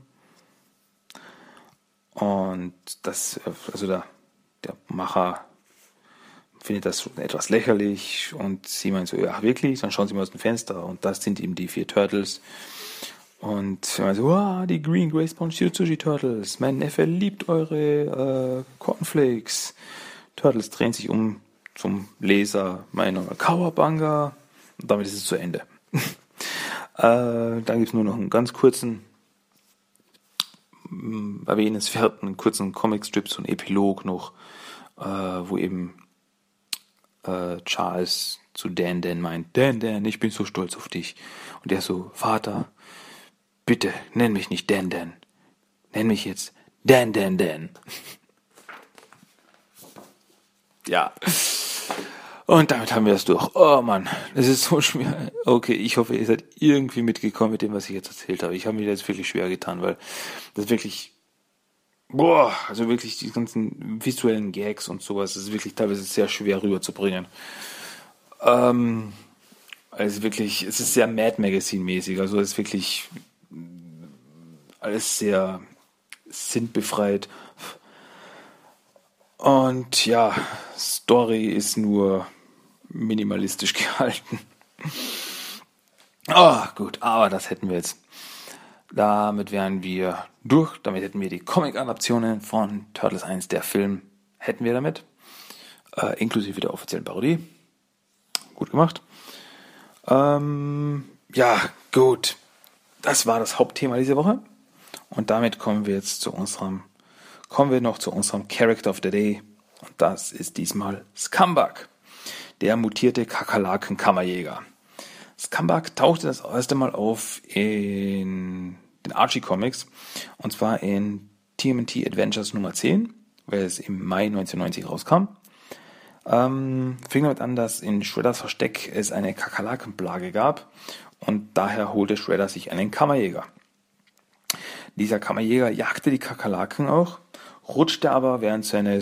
Und das, also der Macher findet das schon etwas lächerlich und sie meint so, ja wirklich, dann schauen sie mal aus dem Fenster und das sind eben die 4 Turtles. Und sie meint so, die Green Gray Sponge Sushi Turtles, mein Neffe liebt eure Cornflakes. Turtles drehen sich um zum Leser meiner Cowabunga und damit ist es zu Ende. Dann gibt es nur noch einen ganz kurzen erwähnenswerten kurzen Comicstrip, so ein Epilog noch, wo eben Charles zu Dan meint, Dan, ich bin so stolz auf dich. Und er so, Vater, bitte, nenn mich nicht Dan. Nenn mich jetzt Dan. Ja. Und damit haben wir es durch. Oh Mann, das ist so schwer. Okay, ich hoffe, ihr seid irgendwie mitgekommen mit dem, was ich jetzt erzählt habe. Ich habe mir das wirklich schwer getan, weil das wirklich, also wirklich die ganzen visuellen Gags und sowas, das ist wirklich teilweise sehr schwer rüberzubringen. Also wirklich, es ist sehr Mad Magazine-mäßig, also es ist wirklich alles sehr sinnbefreit. Und ja, Story ist nur minimalistisch gehalten. Gut, aber das hätten wir jetzt. Damit wären wir durch. Damit hätten wir die Comic-Adaptionen von Turtles 1, der Film, hätten wir damit. Inklusive der offiziellen Parodie. Gut gemacht. Ja, gut. Das war das Hauptthema dieser Woche. Und damit kommen wir noch zu unserem Character of the Day. Und das ist diesmal Scumbag, der mutierte Kakerlaken-Kammerjäger. Scumbag tauchte das erste Mal auf in den Archie-Comics. Und zwar in TMNT Adventures Nummer 10, weil es im Mai 1990 rauskam. Fing damit an, dass in Shredders Versteck es eine Kakerlakenplage gab. Und daher holte Shredder sich einen Kammerjäger. Dieser Kammerjäger jagte die Kakerlaken auch, rutschte aber während seiner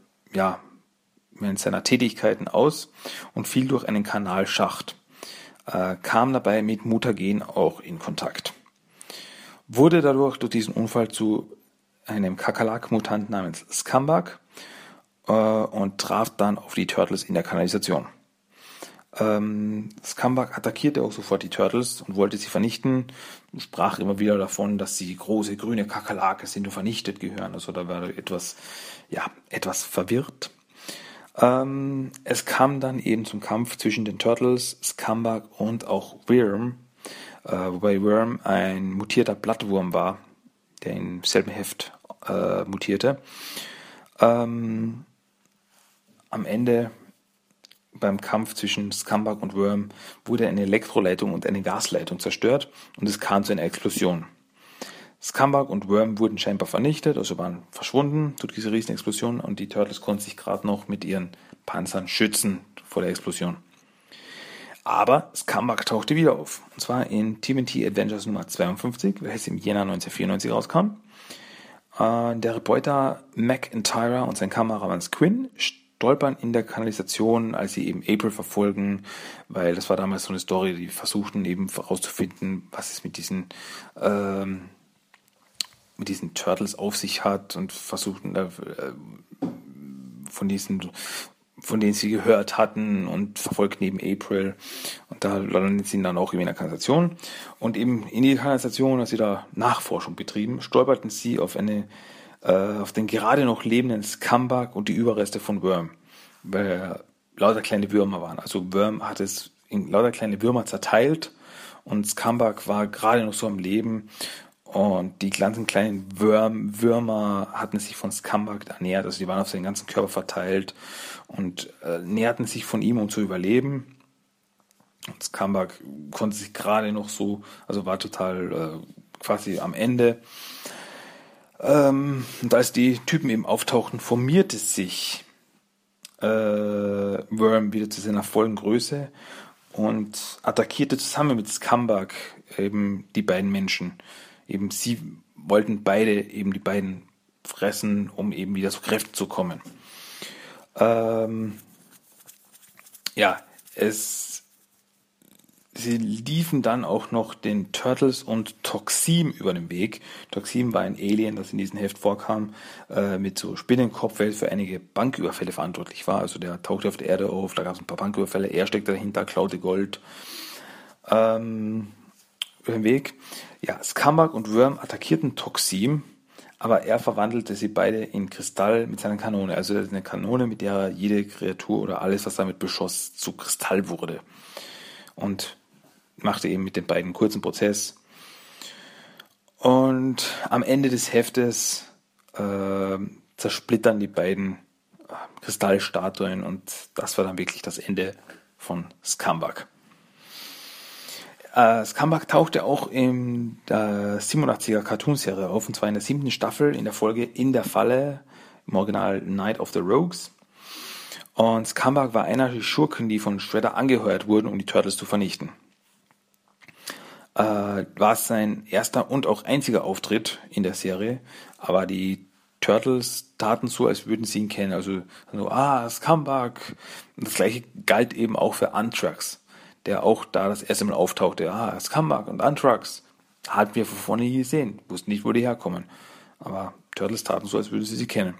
Tätigkeiten aus und fiel durch einen Kanalschacht, kam dabei mit Mutagen auch in Kontakt. Wurde dadurch durch diesen Unfall zu einem Kakerlak-Mutant namens Scumbag und traf dann auf die Turtles in der Kanalisation. Scumbag attackierte auch sofort die Turtles und wollte sie vernichten, sprach immer wieder davon, dass sie große grüne Kakerlake sind und vernichtet gehören. Also da war er etwas verwirrt. Es kam dann eben zum Kampf zwischen den Turtles, Scumbag und auch Worm, wobei Worm ein mutierter Blattwurm war, der im selben Heft mutierte. Am Ende beim Kampf zwischen Scumbag und Worm wurde eine Elektroleitung und eine Gasleitung zerstört und es kam zu einer Explosion. Scumbag und Worm wurden scheinbar vernichtet, also waren verschwunden durch diese Riesenexplosion und die Turtles konnten sich gerade noch mit ihren Panzern schützen vor der Explosion. Aber Scumbag tauchte wieder auf, und zwar in TMNT Adventures Nummer 52, welches im Jänner 1994 rauskam. Der Reporter McIntyre und sein Kameramann Quinn stolpern in der Kanalisation, als sie eben April verfolgen, weil das war damals so eine Story, die versuchten eben herauszufinden, was es mit diesen Turtles auf sich hat und versuchten von denen sie gehört hatten und verfolgten eben April und da landen sie dann auch eben in der Kanalisation und eben in die Kanalisation, als sie da Nachforschung betrieben, stolperten sie auf den gerade noch lebenden Scumbag und die Überreste von Worm, weil lauter kleine Würmer waren. Also Worm hat es in lauter kleine Würmer zerteilt und Scumbag war gerade noch so am Leben und die ganzen kleinen Würmer hatten sich von Scumbag ernährt, also die waren auf seinen ganzen Körper verteilt und näherten sich von ihm, um zu überleben. Und Scumbag konnte sich gerade noch so, also war total quasi am Ende. Und als die Typen eben auftauchten, formierte sich Worm wieder zu seiner vollen Größe und attackierte zusammen mit Scumbag eben die beiden Menschen. Eben sie wollten beide eben die beiden fressen, um eben wieder zu Kräften zu kommen. Sie liefen dann auch noch den Turtles und Toxim über den Weg. Toxim war ein Alien, das in diesem Heft vorkam, mit so Spinnenkopf, welcher für einige Banküberfälle verantwortlich war. Also der tauchte auf der Erde auf, da gab es ein paar Banküberfälle, er steckte dahinter, klaute Gold. Über den Weg. Ja, Scumbag und Worm attackierten Toxim, aber er verwandelte sie beide in Kristall mit seiner Kanone. Also eine Kanone, mit der jede Kreatur oder alles, was damit beschoss, zu Kristall wurde. Und machte eben mit den beiden kurzen Prozess. Und am Ende des Heftes zersplittern die beiden Kristallstatuen und das war dann wirklich das Ende von Scumbag. Scumbag tauchte auch in der 87er Cartoonserie auf, und zwar in der 7. Staffel in der Folge In der Falle, im Original Night of the Rogues. Und Scumbag war einer der Schurken, die von Shredder angeheuert wurden, um die Turtles zu vernichten. War sein erster und auch einziger Auftritt in der Serie, aber die Turtles taten so, als würden sie ihn kennen. Also Scumbag. Und das gleiche galt eben auch für Anthrax, der auch da das erste Mal auftauchte. Scumbag und Anthrax hatten wir von vorne nie gesehen, wussten nicht, wo die herkommen. Aber Turtles taten so, als würden sie kennen.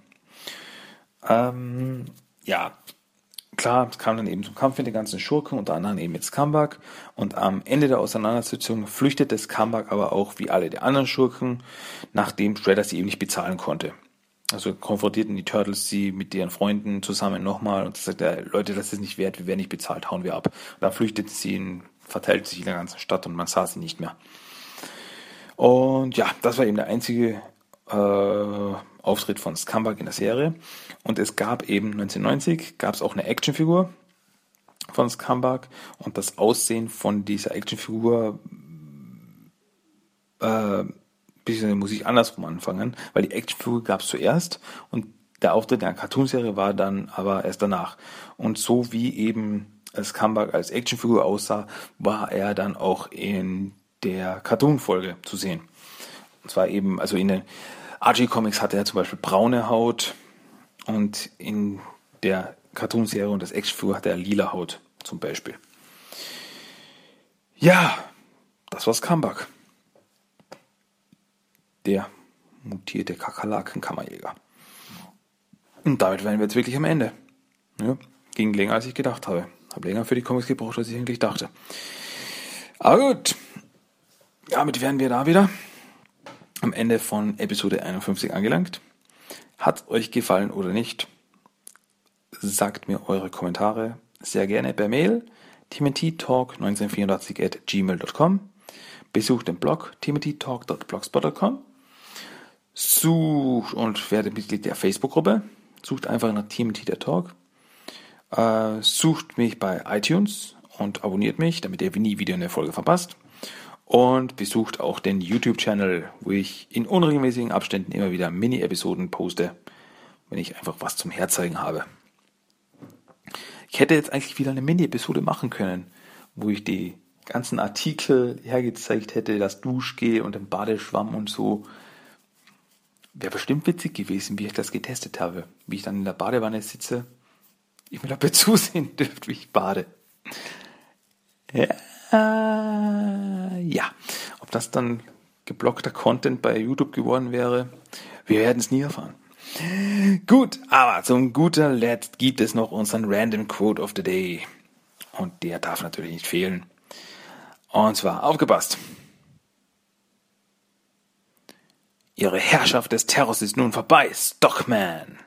Klar, es kam dann eben zum Kampf mit den ganzen Schurken, unter anderem eben mit Scumbag. Und am Ende der Auseinandersetzung flüchtete Scumbag aber auch wie alle der anderen Schurken, nachdem Shredder sie eben nicht bezahlen konnte. Also konfrontierten die Turtles sie mit ihren Freunden zusammen nochmal und sagte, Leute, das ist nicht wert, wir werden nicht bezahlt, hauen wir ab. Und dann flüchteten sie, verteilte sich in der ganzen Stadt und man sah sie nicht mehr. Und ja, das war eben der einzige Auftritt von Scumbag in der Serie. Und es gab eben 1990 auch eine Actionfigur von Scumbag und das Aussehen von dieser Actionfigur muss ich andersrum anfangen, weil die Actionfigur gab es zuerst und der Auftritt der Cartoonserie war dann aber erst danach. Und so wie eben Scumbag als Actionfigur aussah, war er dann auch in der Cartoon-Folge zu sehen. Und zwar eben, also in den Archie-Comics hatte er zum Beispiel braune Haut und in der Cartoon-Serie und das Actionfigur hatte er lila Haut zum Beispiel. Ja, das war Scumbag. Der mutierte Kakerlaken-Kammerjäger. Und damit wären wir jetzt wirklich am Ende. Ja, ging länger, als ich gedacht habe. Habe länger für die Comics gebraucht, als ich eigentlich dachte. Aber gut. Damit wären wir da wieder am Ende von Episode 51 angelangt. Hat euch gefallen oder nicht? Sagt mir eure Kommentare sehr gerne per Mail timothytalk1984@gmail.com. Besucht den Blog timothytalk.blogspot.com Sucht und werdet Mitglied der Facebook-Gruppe. Sucht einfach nach TMT der Talk. Sucht mich bei iTunes und abonniert mich, damit ihr nie wieder eine Folge verpasst. Und besucht auch den YouTube-Channel, wo ich in unregelmäßigen Abständen immer wieder Mini-Episoden poste, wenn ich einfach was zum Herzeigen habe. Ich hätte jetzt eigentlich wieder eine Mini-Episode machen können, wo ich die ganzen Artikel hergezeigt hätte, das Duschgel und den Badeschwamm und so. Wäre bestimmt witzig gewesen, wie ich das getestet habe. Wie ich dann in der Badewanne sitze. Ich mir dabei zusehen dürfte, wie ich bade. Ja, ob das dann geblockter Content bei YouTube geworden wäre, wir werden es nie erfahren. Gut, aber zum guter Letzt gibt es noch unseren Random Quote of the Day. Und der darf natürlich nicht fehlen. Und zwar, aufgepasst. Ihre Herrschaft des Terrors ist nun vorbei, Stockman.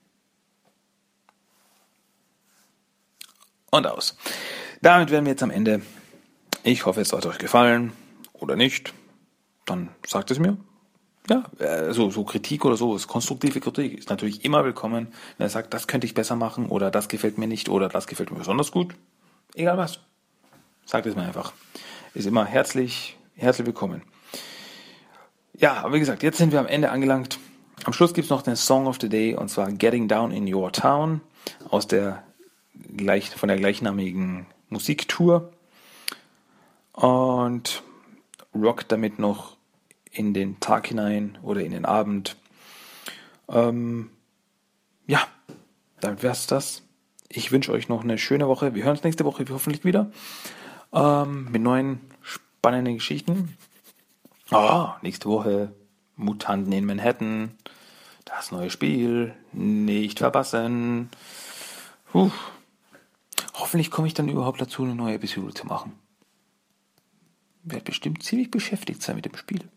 Und aus. Damit wären wir jetzt am Ende. Ich hoffe, es hat euch gefallen. Oder nicht. Dann sagt es mir. Ja, so Kritik oder so, ist konstruktive Kritik, ist natürlich immer willkommen. Wenn er sagt, das könnte ich besser machen oder das gefällt mir nicht oder das gefällt mir besonders gut. Egal was. Sagt es mir einfach. Ist immer herzlich willkommen. Ja, aber wie gesagt, jetzt sind wir am Ende angelangt. Am Schluss gibt es noch den Song of the Day, und zwar Getting Down in Your Town von der gleichnamigen Musiktour. Und rockt damit noch in den Tag hinein oder in den Abend. Ja, damit wär's das. Ich wünsche euch noch eine schöne Woche. Wir hören uns nächste Woche hoffentlich wieder. Mit neuen spannenden Geschichten. Nächste Woche Mutanten in Manhattan. Das neue Spiel. Nicht verpassen. Hoffentlich komme ich dann überhaupt dazu, eine neue Episode zu machen. Werde bestimmt ziemlich beschäftigt sein mit dem Spiel.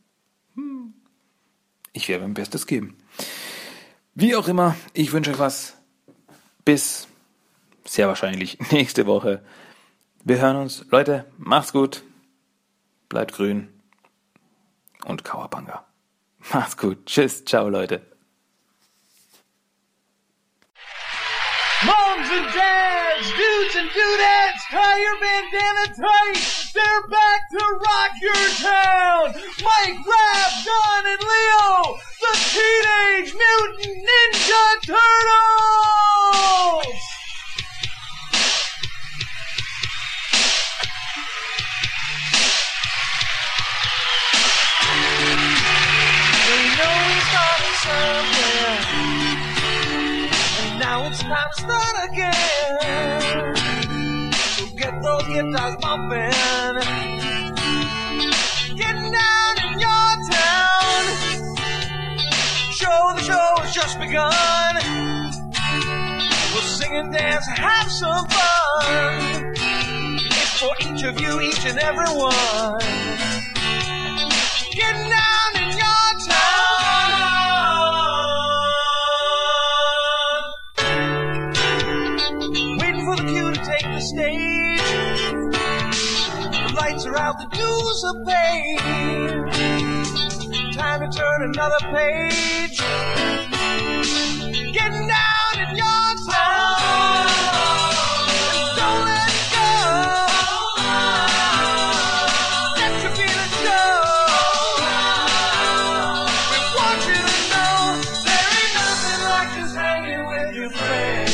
Ich werde mein Bestes geben. Wie auch immer, ich wünsche euch was. Bis sehr wahrscheinlich nächste Woche. Wir hören uns. Leute, macht's gut. Bleibt grün. Und Kawabanga. Macht's gut. Tschüss. Ciao, Leute. Moms and dads, dudes and dudettes, tie your bandana tight. They're back to rock your town. Mike, Raph, Don, and Leo, the Teenage Mutant Ninja Turtles! We know we started somewhere, and now it's time to start again. So get those guitars bumping, getting down in your town. The show has just begun. We'll sing and dance and have some fun. It's for each of you, each and every one. Getting down in your town. Waiting for the cue to take the stage. The lights are out, the dues are paid. Time to turn another page. Getting down in your town. Don't let it go. Let your feelings show. We want you to know there ain't nothing like just hanging with your friends.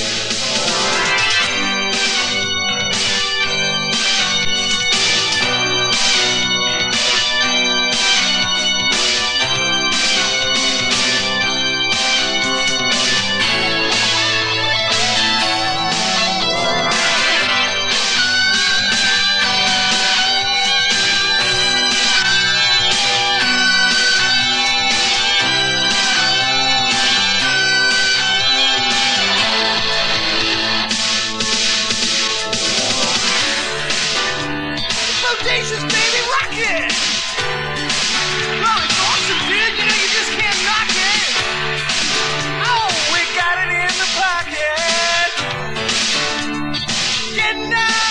Bodacious, baby, rock it! Well, it's awesome, dude. You know, you just can't knock it. Oh, we got it in the pocket. Getting down.